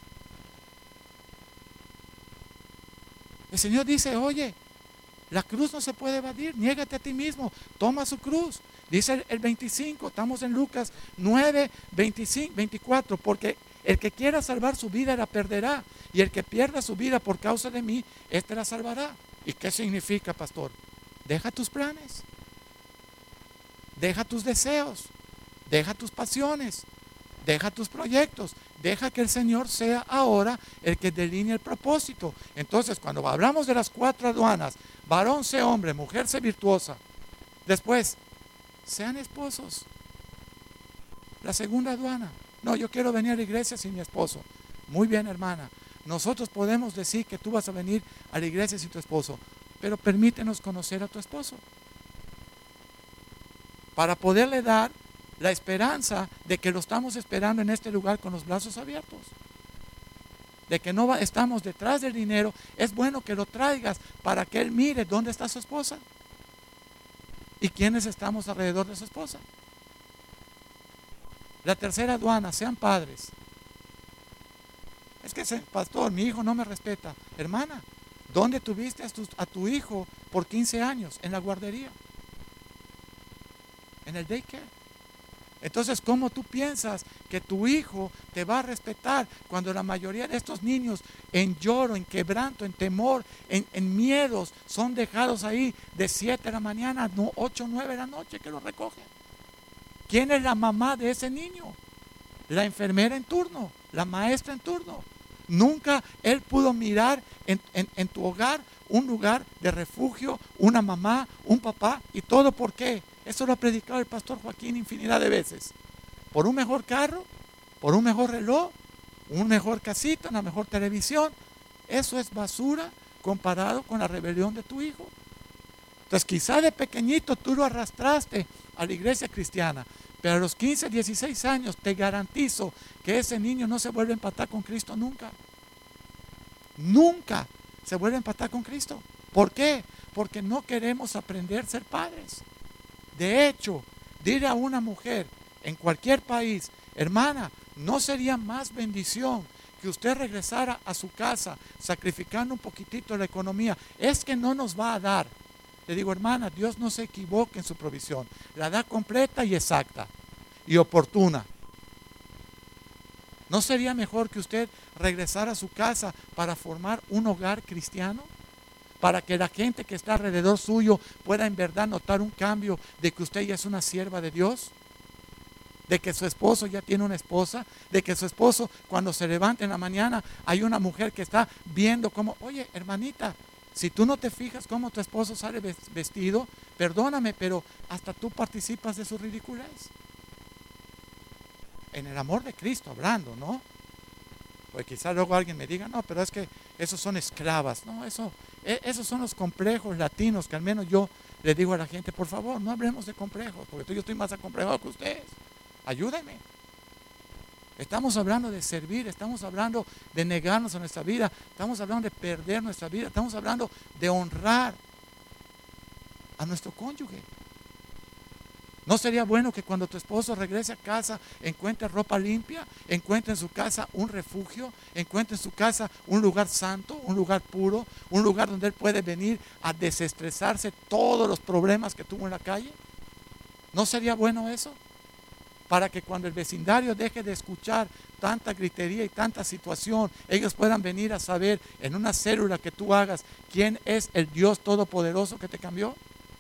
El Señor dice, oye, la cruz no se puede evadir, niégate a ti mismo, toma su cruz. Dice el 25, estamos en Lucas 9, 25, 24, porque el que quiera salvar su vida la perderá, y el que pierda su vida por causa de mí, éste la salvará. ¿Y qué significa, pastor? Deja tus planes, deja tus deseos, deja tus pasiones, Deja tus proyectos. Deja que el Señor sea ahora el que delinee el propósito. Entonces, cuando hablamos de las 4 aduanas, varón sea hombre, mujer sea virtuosa. Después, sean esposos. La segunda aduana. No, yo quiero venir a la iglesia sin mi esposo. Muy bien, hermana. Nosotros podemos decir que tú vas a venir a la iglesia sin tu esposo, pero permítenos conocer a tu esposo para poderle dar la esperanza de que lo estamos esperando en este lugar con los brazos abiertos, de que no estamos detrás del dinero. Es bueno que lo traigas para que él mire dónde está su esposa y quiénes estamos alrededor de su esposa. La tercera aduana, sean padres. Es que, pastor, mi hijo no me respeta. Hermana, ¿dónde tuviste a tu hijo por 15 años? En la guardería, en el daycare. Entonces, ¿cómo tú piensas que tu hijo te va a respetar cuando la mayoría de estos niños en lloro, en quebranto, en temor, en miedos, son dejados ahí de 7 de la mañana a 8 o 9 de la noche que los recogen? ¿Quién es la mamá de ese niño? La enfermera en turno, la maestra en turno. Nunca él pudo mirar en tu hogar un lugar de refugio, una mamá, un papá. ¿Y todo por qué? Eso lo ha predicado el pastor Joaquín infinidad de veces. Por un mejor carro, por un mejor reloj, un mejor casita, una mejor televisión. Eso es basura comparado con la rebelión de tu hijo. Entonces quizá de pequeñito tú lo arrastraste a la iglesia cristiana, pero a los 15, 16 años te garantizo que ese niño no se vuelve a empatar con Cristo nunca. Nunca se vuelve a empatar con Cristo. ¿Por qué? Porque no queremos aprender a ser padres. De hecho, dile a una mujer en cualquier país, hermana, ¿no sería más bendición que usted regresara a su casa sacrificando un poquitito la economía? Es que no nos va a dar. Le digo, hermana, Dios no se equivoca en su provisión. La da completa y exacta y oportuna. ¿No sería mejor que usted regresara a su casa para formar un hogar cristiano? Para que la gente que está alrededor suyo pueda en verdad notar un cambio de que usted ya es una sierva de Dios, de que su esposo ya tiene una esposa, de que su esposo cuando se levanta en la mañana hay una mujer que está viendo cómo, oye, hermanita, si tú no te fijas cómo tu esposo sale vestido, perdóname, pero hasta tú participas de su ridiculez. En el amor de Cristo hablando, ¿no? Pues quizá luego alguien me diga, no, pero es que esos son esclavas. No, esos son los complejos latinos que al menos yo le digo a la gente, por favor, no hablemos de complejos, porque yo estoy más acomplejado que ustedes. Ayúdenme. Estamos hablando de servir, estamos hablando de negarnos a nuestra vida, estamos hablando de perder nuestra vida, estamos hablando de honrar a nuestro cónyuge. ¿No sería bueno que cuando tu esposo regrese a casa encuentre ropa limpia, encuentre en su casa un refugio, encuentre en su casa un lugar santo, un lugar puro, un lugar donde él puede venir a desestresarse todos los problemas que tuvo en la calle? ¿No sería bueno eso? Para que cuando el vecindario deje de escuchar tanta gritería y tanta situación, ellos puedan venir a saber en una célula que tú hagas quién es el Dios Todopoderoso que te cambió.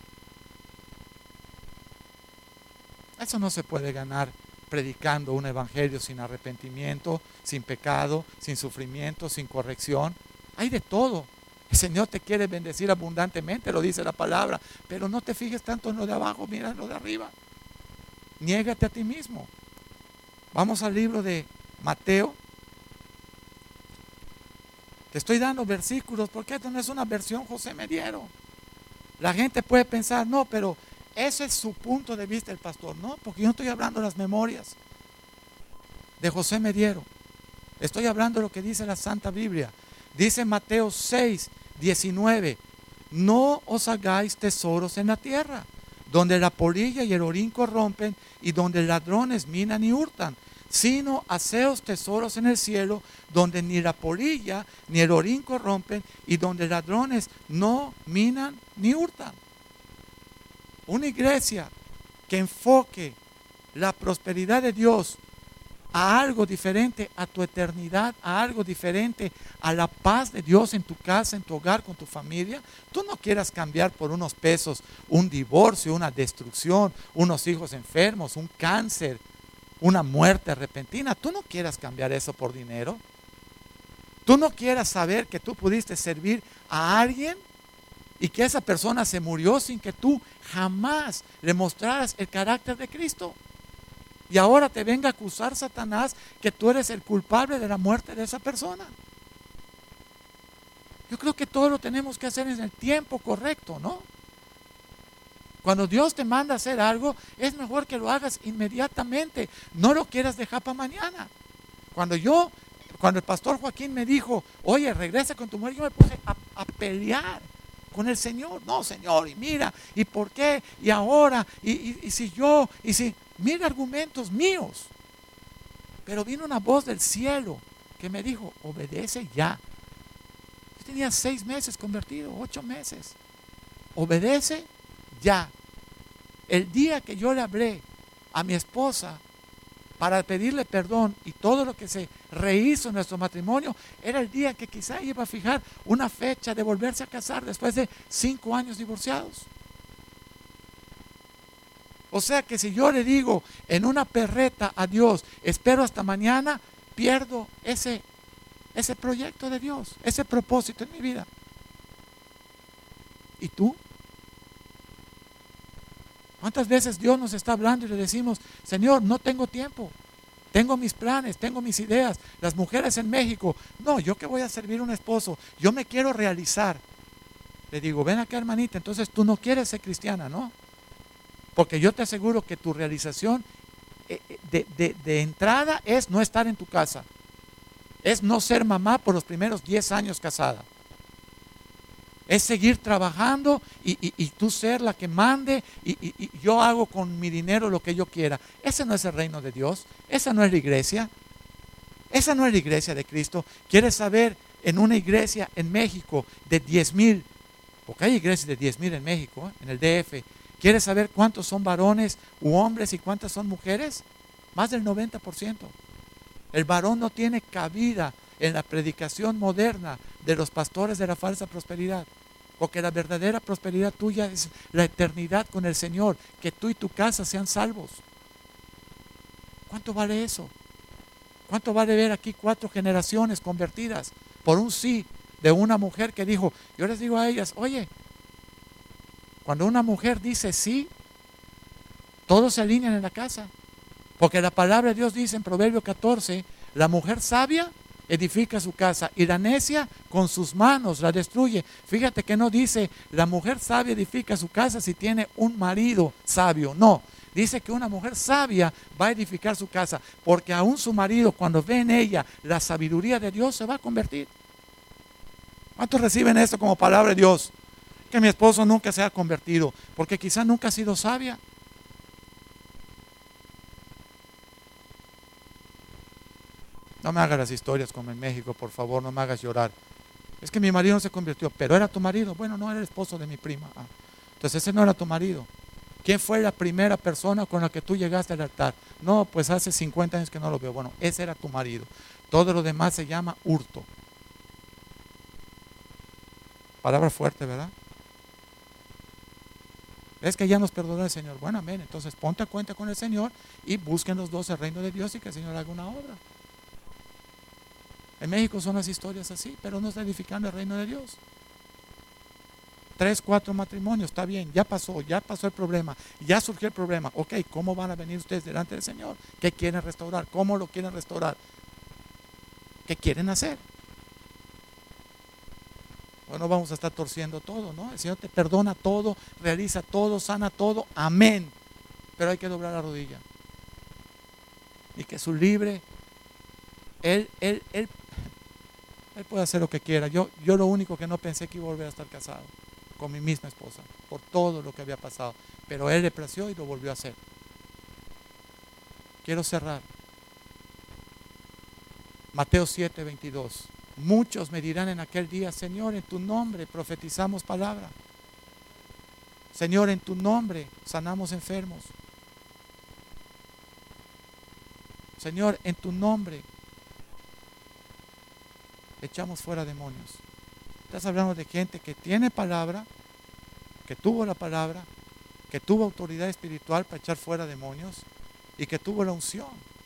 Eso no se puede ganar predicando un evangelio sin arrepentimiento, sin pecado, sin sufrimiento, sin corrección. Hay de todo. El Señor te quiere bendecir abundantemente, lo dice la palabra, pero no te fijes tanto en lo de abajo, mira en lo de arriba. Niégate a ti mismo. Vamos al libro de Mateo. Te estoy dando versículos porque esto no es una versión José Mediero. La gente puede pensar, no, pero ese es su punto de vista el pastor. No, porque yo no estoy hablando de las memorias de José Mediero. Estoy hablando de lo que dice la Santa Biblia. Dice Mateo 6, 19. No os hagáis tesoros en la tierra, donde la polilla y el orín corrompen y donde ladrones minan y hurtan, sino haceos tesoros en el cielo, donde ni la polilla ni el orín corrompen y donde ladrones no minan ni hurtan. Una iglesia que enfoque la prosperidad de Dios a algo diferente a tu eternidad, a algo diferente a la paz de Dios en tu casa, en tu hogar, con tu familia. Tú no quieras cambiar por unos pesos un divorcio, una destrucción, unos hijos enfermos, un cáncer. una muerte repentina. Tú no quieras cambiar eso por dinero. Tú no quieras saber que tú pudiste servir a alguien y que esa persona se murió sin que tú jamás le mostraras el carácter de Cristo. Y ahora te venga a acusar Satanás que tú eres el culpable de la muerte de esa persona. Yo creo que todo lo tenemos que hacer en el tiempo correcto, ¿no? Cuando Dios te manda a hacer algo, es mejor que lo hagas inmediatamente. No lo quieras dejar para mañana. Cuando el pastor Joaquín me dijo, oye, regresa con tu mujer, yo me puse a pelear con el Señor. No, Señor, y mira, ¿y por qué? Y ahora, y si yo, y si, mira argumentos míos. Pero vino una voz del cielo que me dijo, obedece ya. Yo tenía 6 meses convertido, 8 meses. Obedece ya. El día que yo le hablé a mi esposa para pedirle perdón y todo lo que se rehizo en nuestro matrimonio, era el día que quizá iba a fijar una fecha de volverse a casar después de 5 años divorciados. O sea que si yo le digo en una perreta a Dios, espero hasta mañana, pierdo ese proyecto de Dios, ese propósito en mi vida. ¿Y tú? ¿Cuántas veces Dios nos está hablando y le decimos, Señor, no tengo tiempo, tengo mis planes, tengo mis ideas, las mujeres en México, no, yo que voy a servir a un esposo, yo me quiero realizar? Le digo, ven acá, hermanita, entonces tú no quieres ser cristiana, ¿no? Porque yo te aseguro que tu realización de entrada es no estar en tu casa, es no ser mamá por los primeros 10 años casada. Es seguir trabajando y tú ser la que mande y yo hago con mi dinero lo que yo quiera. Ese no es el reino de Dios. Esa no es la iglesia. Esa no es la iglesia de Cristo. ¿Quieres saber en una iglesia en México de 10,000? Porque hay iglesias de 10,000 en México, en el DF. ¿Quieres saber cuántos son varones u hombres y cuántas son mujeres? Más del 90%. El varón no tiene cabida en la predicación moderna de los pastores de la falsa prosperidad. Porque la verdadera prosperidad tuya es la eternidad con el Señor, que tú y tu casa sean salvos. ¿Cuánto vale eso? ¿Cuánto vale ver aquí 4 generaciones convertidas por un sí de una mujer que dijo? Yo les digo a ellas, oye, cuando una mujer dice sí, todos se alinean en la casa. Porque la palabra de Dios dice en Proverbio 14, la mujer sabia edifica su casa y la necia con sus manos la destruye. Fíjate que no dice la mujer sabia edifica su casa si tiene un marido sabio. No, dice que una mujer sabia va a edificar su casa porque aún su marido, cuando ve en ella la sabiduría de Dios, se va a convertir. ¿Cuántos reciben esto como palabra de Dios? Que mi esposo nunca se ha convertido porque quizá nunca ha sido sabia. No me hagas las historias como en México, por favor, no me hagas llorar. Es que mi marido no se convirtió, pero era tu marido. Bueno, no, era el esposo de mi prima. Entonces ese no era tu marido. ¿Quién fue la primera persona con la que tú llegaste al altar? No, pues hace 50 años que no lo veo. Bueno, ese era tu marido. Todo lo demás se llama hurto. Palabra fuerte, ¿verdad? Es que ya nos perdonó el Señor. Bueno, amén. Entonces ponte a cuenta con el Señor y busquen los dos el reino de Dios y que el Señor haga una obra. En México son las historias así, pero no está edificando el reino de Dios. 3, 4 matrimonios, está bien, ya pasó el problema, ya surgió el problema. Ok, ¿cómo van a venir ustedes delante del Señor? ¿Qué quieren restaurar? ¿Cómo lo quieren restaurar? ¿Qué quieren hacer? Bueno, vamos a estar torciendo todo, ¿no? El Señor te perdona todo, realiza todo, sana todo, amén. Pero hay que doblar la rodilla. Y que su libre, Él puede hacer lo que quiera. Yo lo único que no pensé que iba a volver a estar casado con mi misma esposa, por todo lo que había pasado. Pero Él le plació y lo volvió a hacer. Quiero cerrar. Mateo 7:22. Muchos me dirán en aquel día, Señor, en tu nombre profetizamos palabra. Señor, en tu nombre sanamos enfermos. Señor, en tu nombre echamos fuera demonios. Estás hablando de gente que tiene palabra, que tuvo la palabra, que tuvo autoridad espiritual para echar fuera demonios y que tuvo la unción.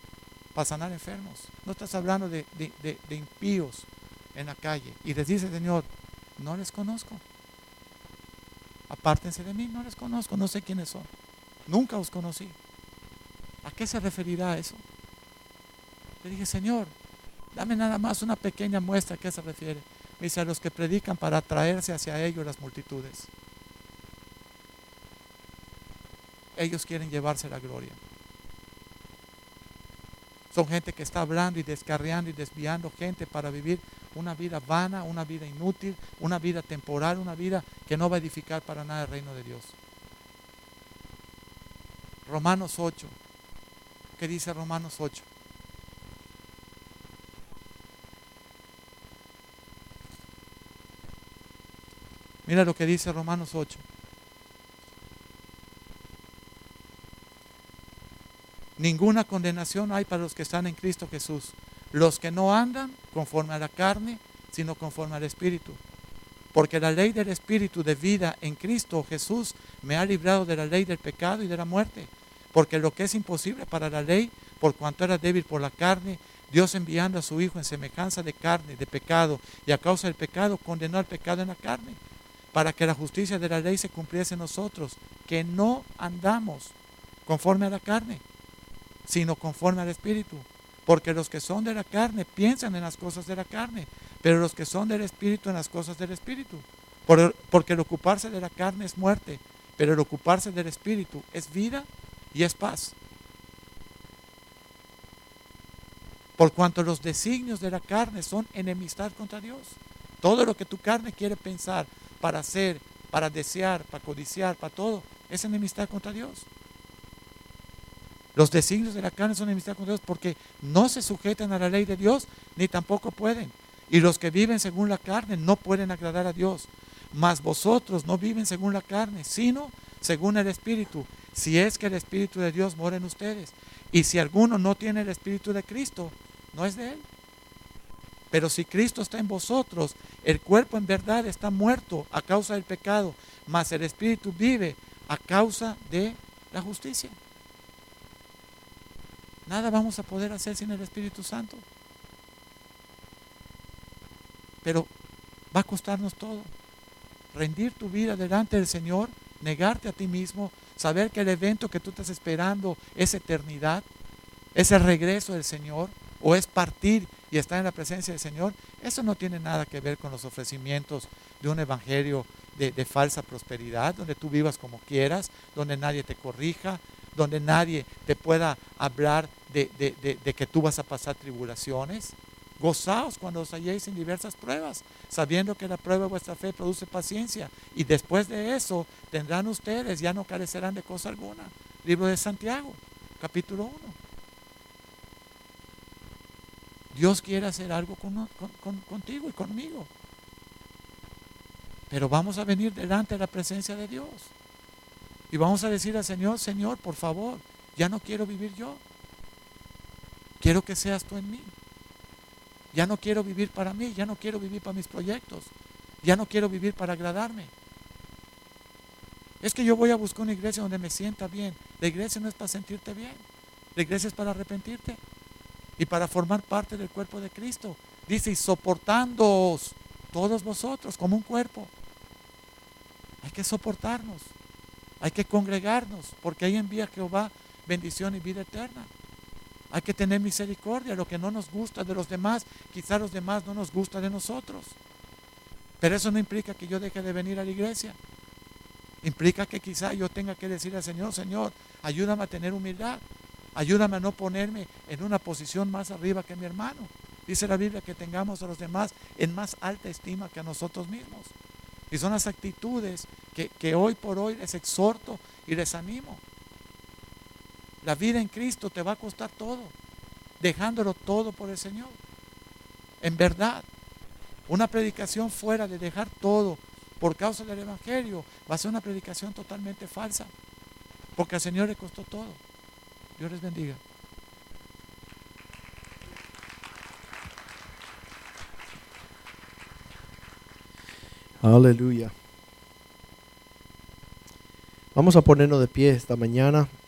para sanar enfermos. No estás hablando de impíos en la calle. Y les dice, Señor, no les conozco. Apártense de mí, no les conozco, no sé quiénes son. Nunca os conocí. ¿A qué se referirá eso? Le dije, Señor, dame nada más una pequeña muestra. ¿A qué se refiere? Me dice, a los que predican para atraerse hacia ellos las multitudes. Ellos quieren llevarse la gloria. Son gente que está hablando y descarriando y desviando gente para vivir una vida vana, una vida inútil, una vida temporal, una vida que no va a edificar para nada el reino de Dios. Romanos 8. ¿Qué dice Romanos 8? Mira lo que dice Romanos 8. Ninguna condenación hay para los que están en Cristo Jesús. Los que no andan conforme a la carne, sino conforme al Espíritu. Porque la ley del Espíritu de vida en Cristo Jesús me ha librado de la ley del pecado y de la muerte. Porque lo que es imposible para la ley, por cuanto era débil por la carne, Dios enviando a su Hijo en semejanza de carne, de pecado, y a causa del pecado condenó al pecado en la carne, para que la justicia de la ley se cumpliese en nosotros, que no andamos conforme a la carne, sino conforme al Espíritu. Porque los que son de la carne piensan en las cosas de la carne, pero los que son del Espíritu en las cosas del Espíritu. Porque el ocuparse de la carne es muerte, pero el ocuparse del Espíritu es vida y es paz. Por cuanto los designios de la carne son enemistad contra Dios. Todo lo que tu carne quiere pensar, para hacer, para desear, para codiciar, para todo, es enemistad contra Dios. Los designios de la carne son enemistad contra Dios porque no se sujetan a la ley de Dios, ni tampoco pueden. Y los que viven según la carne no pueden agradar a Dios. Mas vosotros no viven según la carne, sino según el Espíritu, si es que el Espíritu de Dios mora en ustedes. Y si alguno no tiene el Espíritu de Cristo, no es de él. Pero si Cristo está en vosotros, el cuerpo en verdad está muerto a causa del pecado, mas el Espíritu vive a causa de la justicia. Nada vamos a poder hacer sin el Espíritu Santo. Pero va a costarnos todo. Rendir tu vida delante del Señor, negarte a ti mismo, saber que el evento que tú estás esperando es eternidad, es el regreso del Señor, o es partir y estar en la presencia del Señor. Eso no tiene nada que ver con los ofrecimientos de un evangelio de falsa prosperidad, donde tú vivas como quieras, donde nadie te corrija, donde nadie te pueda hablar de que tú vas a pasar tribulaciones. Gozaos cuando os halléis en diversas pruebas, sabiendo que la prueba de vuestra fe produce paciencia, y después de eso tendrán ustedes, ya no carecerán de cosa alguna. Libro de Santiago, capítulo 1. Dios quiere hacer algo contigo y conmigo. Pero vamos a venir delante de la presencia de Dios. Y vamos a decir al Señor, Señor, por favor, ya no quiero vivir yo. Quiero que seas tú en mí. Ya no quiero vivir para mí, ya no quiero vivir para mis proyectos. Ya no quiero vivir para agradarme. Es que yo voy a buscar una iglesia donde me sienta bien. La iglesia no es para sentirte bien. La iglesia es para arrepentirte y para formar parte del cuerpo de Cristo. Dice, y soportándoos todos vosotros como un cuerpo. Hay que soportarnos. Hay que congregarnos, porque ahí envía Jehová bendición y vida eterna. Hay que tener misericordia. Lo que no nos gusta de los demás, quizá los demás no nos gusta de nosotros. Pero eso no implica que yo deje de venir a la iglesia. Implica que quizá yo tenga que decir al Señor, Señor, ayúdame a tener humildad. Ayúdame a no ponerme en una posición más arriba que mi hermano. Dice la Biblia que tengamos a los demás en más alta estima que a nosotros mismos. Y son las actitudes que hoy por hoy les exhorto y les animo. La vida en Cristo te va a costar todo, dejándolo todo por el Señor. En verdad, una predicación fuera de dejar todo por causa del Evangelio va a ser una predicación totalmente falsa, porque al Señor le costó todo. Dios les bendiga. Aleluya. Vamos a ponernos de pie esta mañana.